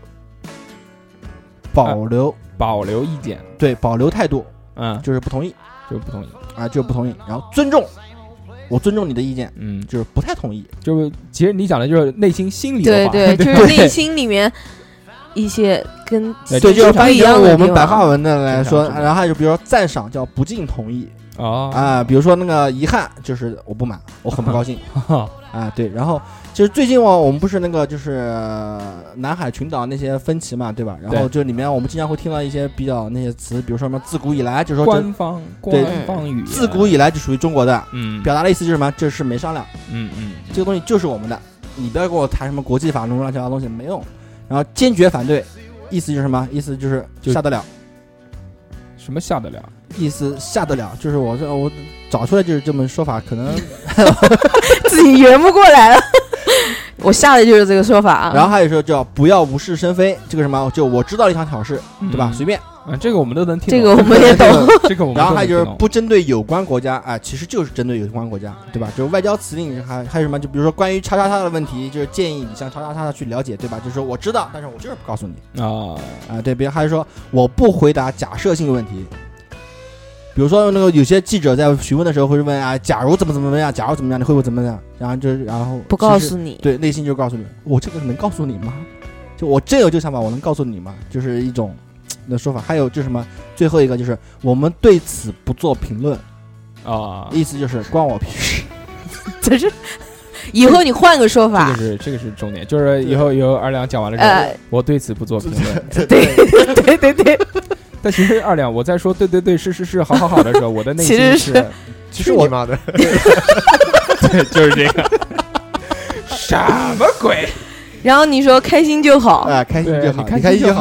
保留， 保留意见， 对，保留态度， 嗯， 就是不同意就不同意， 啊，就是不同意。然后尊重，我尊重你的意见， 嗯， 就是不太同意。 就是其实你讲的就是内心心里的话， 对对，就是内心里面一些跟对对，就是翻译成不一样的我们地方白话文的来说， 正常然后还有比如说赞赏叫不尽同意哦， 啊，比如说那个遗憾就是我不满，我很不高兴啊，对。然后就是最近我我们不是那个就是呃南海群岛那些分歧嘛，对吧？然后对就里面我们经常会听到一些比较那些词，比如说什么自古以来，就是说这官方对官方语言， 自古以来就属于中国的， 嗯表达的意思就是什么？这事没商量， 嗯嗯这个东西就是我们的，你不要跟我谈什么国际法那种乱七八糟东西，没用。然后坚决反对，意思就是什么？意思就是就下得了。 什么下得了？ 意思下得了，就是我这我找出来就是这么说法，可能。 自己圆不过来了。我下的就是这个说法啊。 然后还有说叫不要无事生非，这个什么就我知道你想挑事，对吧？ 嗯随便。 啊，这个我们都能听这懂， 个我们也懂。 这个我们然后还有就是都能听懂不针对有关国家，哎，其实就是针对有关国家，对吧？就是外交辞令还还有什么？就比如说关于叉叉叉的问题，就是建议你向叉叉叉去了解，对吧？就是说我知道，但是我就是不告诉你啊， 啊。对，比如还有说我不回答假设性问题。比如说那个有些记者在询问的时候会问啊，假如怎么怎么样，假如怎么样，你会不会怎么样？然后就是然后不告其实诉你， 对，内心就告诉你，我这个能告诉你吗？就我真有这个想法，我能告诉你吗？就是一种的说法。还有就是什么，最后一个就是我们对此不做评论， 啊， 意思就是关我屁事。 这是以后你换个说法这个。是这个是重点，就是以后以后二两讲完了之后， 呃， 我对此不做评论。 对对对对对， 但其实二两我在说对对对是是是好好好的时候，我的内心其实是其实我妈的， 对，就是这个。什么鬼？ 然后你说开心就好， 啊，开心就好， 对你开开心就心就好了啊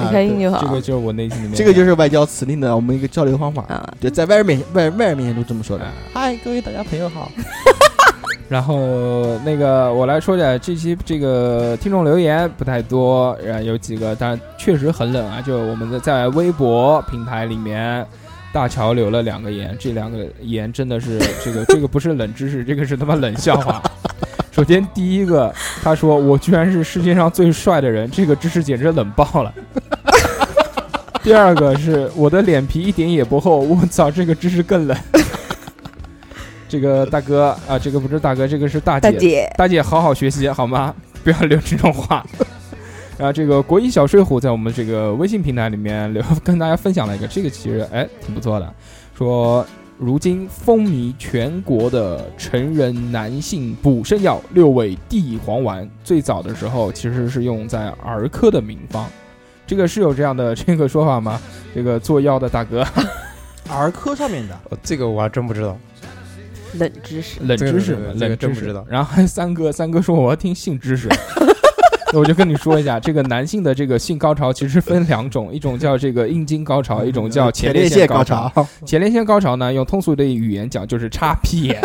你开心就好。 这个就是我内心里面， 这个就是外交辞令的我们一个交流方法。 啊， 对，在外人面外外人面前都这么说的。嗨，各位大家朋友好。 然后那个我来说一下这期这个听众留言不太多，然后有几个，但确实很冷啊。就我们的在微博平台里面，大乔留了两个言，这两个言真的是这个这个不是冷知识，这个是他妈冷笑话。首先第一个，他说我居然是世界上最帅的人，这个知识简直冷爆了。第二个是我的脸皮一点也不厚，我操，这个知识更冷。这个大哥啊，这个不是大哥，这个是大姐。 大姐， 大姐，好好学习好吗？不要留这种话。然后这个国一小睡虎在我们这个微信平台里面留跟大家分享了一个，这个其实哎挺不错的，说如今风靡全国的成人男性补肾药六味地黄丸，最早的时候其实是用在儿科的名方，这个是有这样的这个说法吗？这个做药的大哥， 儿科上面的， 哦这个我还真不知道。 冷知识， 冷知识嘛， 这个这个冷知识真不知道。 然后还有三哥，三哥说我要听性知识。我就跟你说一下，这个男性的这个性高潮其实分两种，一种叫这个阴茎高潮，一种叫前列腺高潮。前列腺高潮呢，用通俗的语言讲就是插屁眼。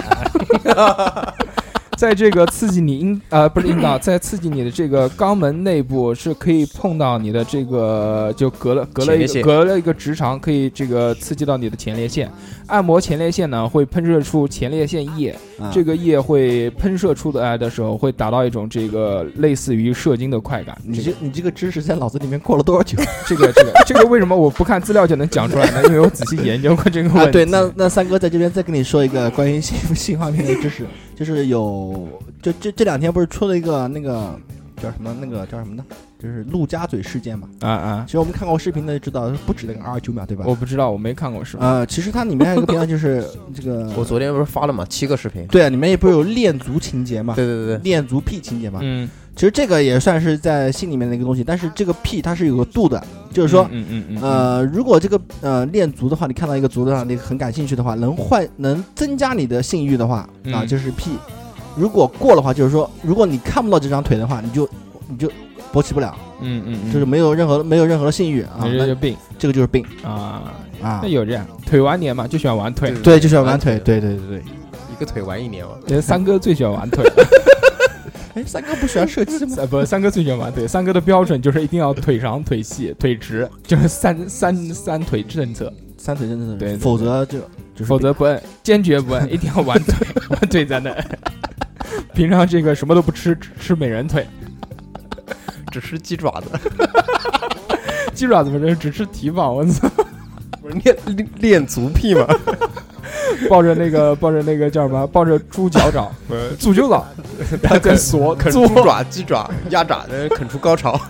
在这个刺激你阴呃不是阴道，在刺激你的这个肛门内部是可以碰到你的这个就隔了隔了一个隔了一个直肠，可以这个刺激到你的前列腺。按摩前列腺呢，会喷射出前列腺液， 啊、 这个液会喷射出来的时候，会达到一种这个类似于射精的快感。 你这你这个知识在脑子里面过了多少久？ 这个这个这个为什么我不看资料就能讲出来呢？因为我仔细研究过这个问题。 啊、对，那那三哥在这边再跟你说一个关于性性方面的知识，就是有就这这两天不是出了一个那个叫什么那个叫什么呢？就是陆家嘴事件嘛。 啊啊！ 其实我们看过视频的就知道，不止那个二十九秒，对吧？ 我不知道，我没看过视频。 呃，其实它里面还有一个片段，就是这个我昨天不是发了嘛，七个视频。 对啊，里面也不是有恋足情节嘛？ 对对对对， 恋足癖情节嘛。 嗯， 其实这个也算是在性里面的一个东西，但是这个癖它是有个度的，就是说， 嗯嗯嗯， 呃，如果这个呃恋足的话，你看到一个足的话，你很感兴趣的话，能换能增加你的性欲的话啊， 嗯就是癖。如果过的话，就是说，如果你看不到这张腿的话，你就你就勃起不了， 嗯嗯嗯， 就是没有任何没有任何的性欲啊， 这就病， 这个就是病啊啊那。有这样，腿玩年嘛，就喜欢玩腿， 对，就喜欢玩腿，对对对对。 一个腿玩一年嘛。 对，三哥最喜欢玩腿。 哎，三哥不喜欢射击吗？ 呃，不，三哥最喜欢玩腿。三哥的标准就是一定要腿长、腿细、腿直，就是三三三腿政策。 三腿真的是， 对， 否则就就是否则不摁，坚决不摁，一定要玩腿，玩腿才能。平常这个什么都不吃，只吃美人腿， 只吃鸡爪子。 鸡爪子不是只吃蹄膀，我操！ 不是练练练足癖嘛？ 抱着那个抱着那个叫什么？抱着猪脚爪，足球爪， 他在锁啃做猪爪、鸡爪、鸭爪，啃出高潮。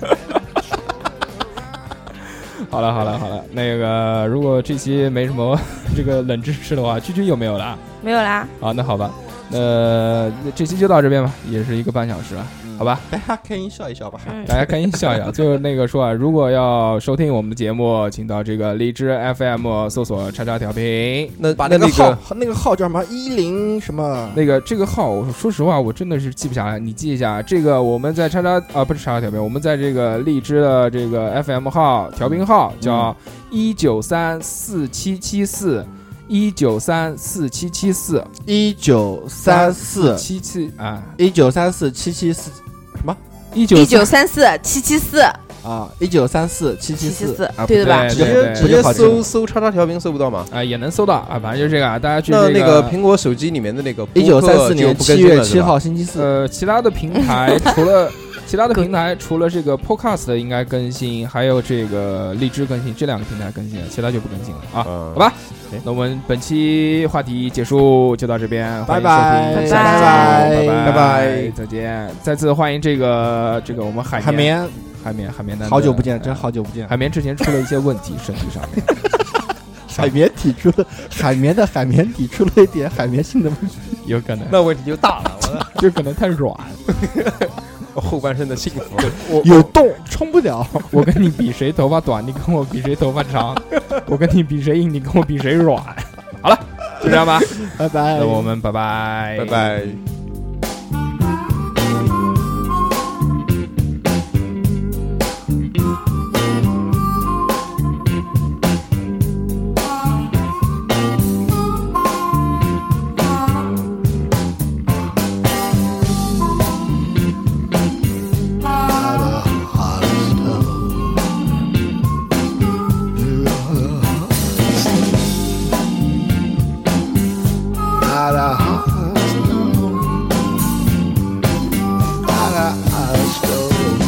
好了好了好了，那个如果这期没什么这个冷知识的话，居居有没有了？ 没有啦。 好，那好吧，那这期就到这边吧，也是一个半小时了，好吧？ 大家开心笑一笑吧。 嗯， 大家开心笑一笑。最后那个说啊，如果要收听我们的节目，请到这个荔枝 F M 搜索叉叉调频。 那把那个那个号那个号叫什么一零什么？ 那个这个号，我说实话，我真的是记不下来，你记一下。这个我们在叉叉啊，不是叉叉调频，我们在这个荔枝的这个 F M 号调频号叫一九三四七七四。一九三四七七四一九三四七七啊， 一九三四七七四什么？ 一九一九三四七七四啊，一九三四七七四七七四， 啊， 对的吧？ 对直接直接搜搜叉叉调频搜不到吗？ 啊也能搜到啊，反正就是这个啊，大家去这那那个苹果手机里面的那个一九三四年七月七号星期四， 呃，其他的平台除了其他的平台除了这个 Podcast 应该更新，还有这个荔枝更新，这两个平台更新了，其他就不更新了啊， 嗯好吧？那我们本期话题结束就到这边， 拜拜拜拜下期拜拜拜拜再见！再次欢迎这个这个我们海海绵， 海绵海绵的好久不见，真好久不见。 海绵之前出了一些问题，身体上面海绵体出了海绵的海绵体出了一点海绵性的问题， 有可能， 那问题就大了，我就可能太软， 的后半生的幸福。 我有洞冲不了。 我跟你比谁头发短，你跟我比谁头发长，我跟你比谁硬，你跟我比谁软。好了，就这样吧， 拜拜。 那我们拜拜， 拜拜。 where I stole.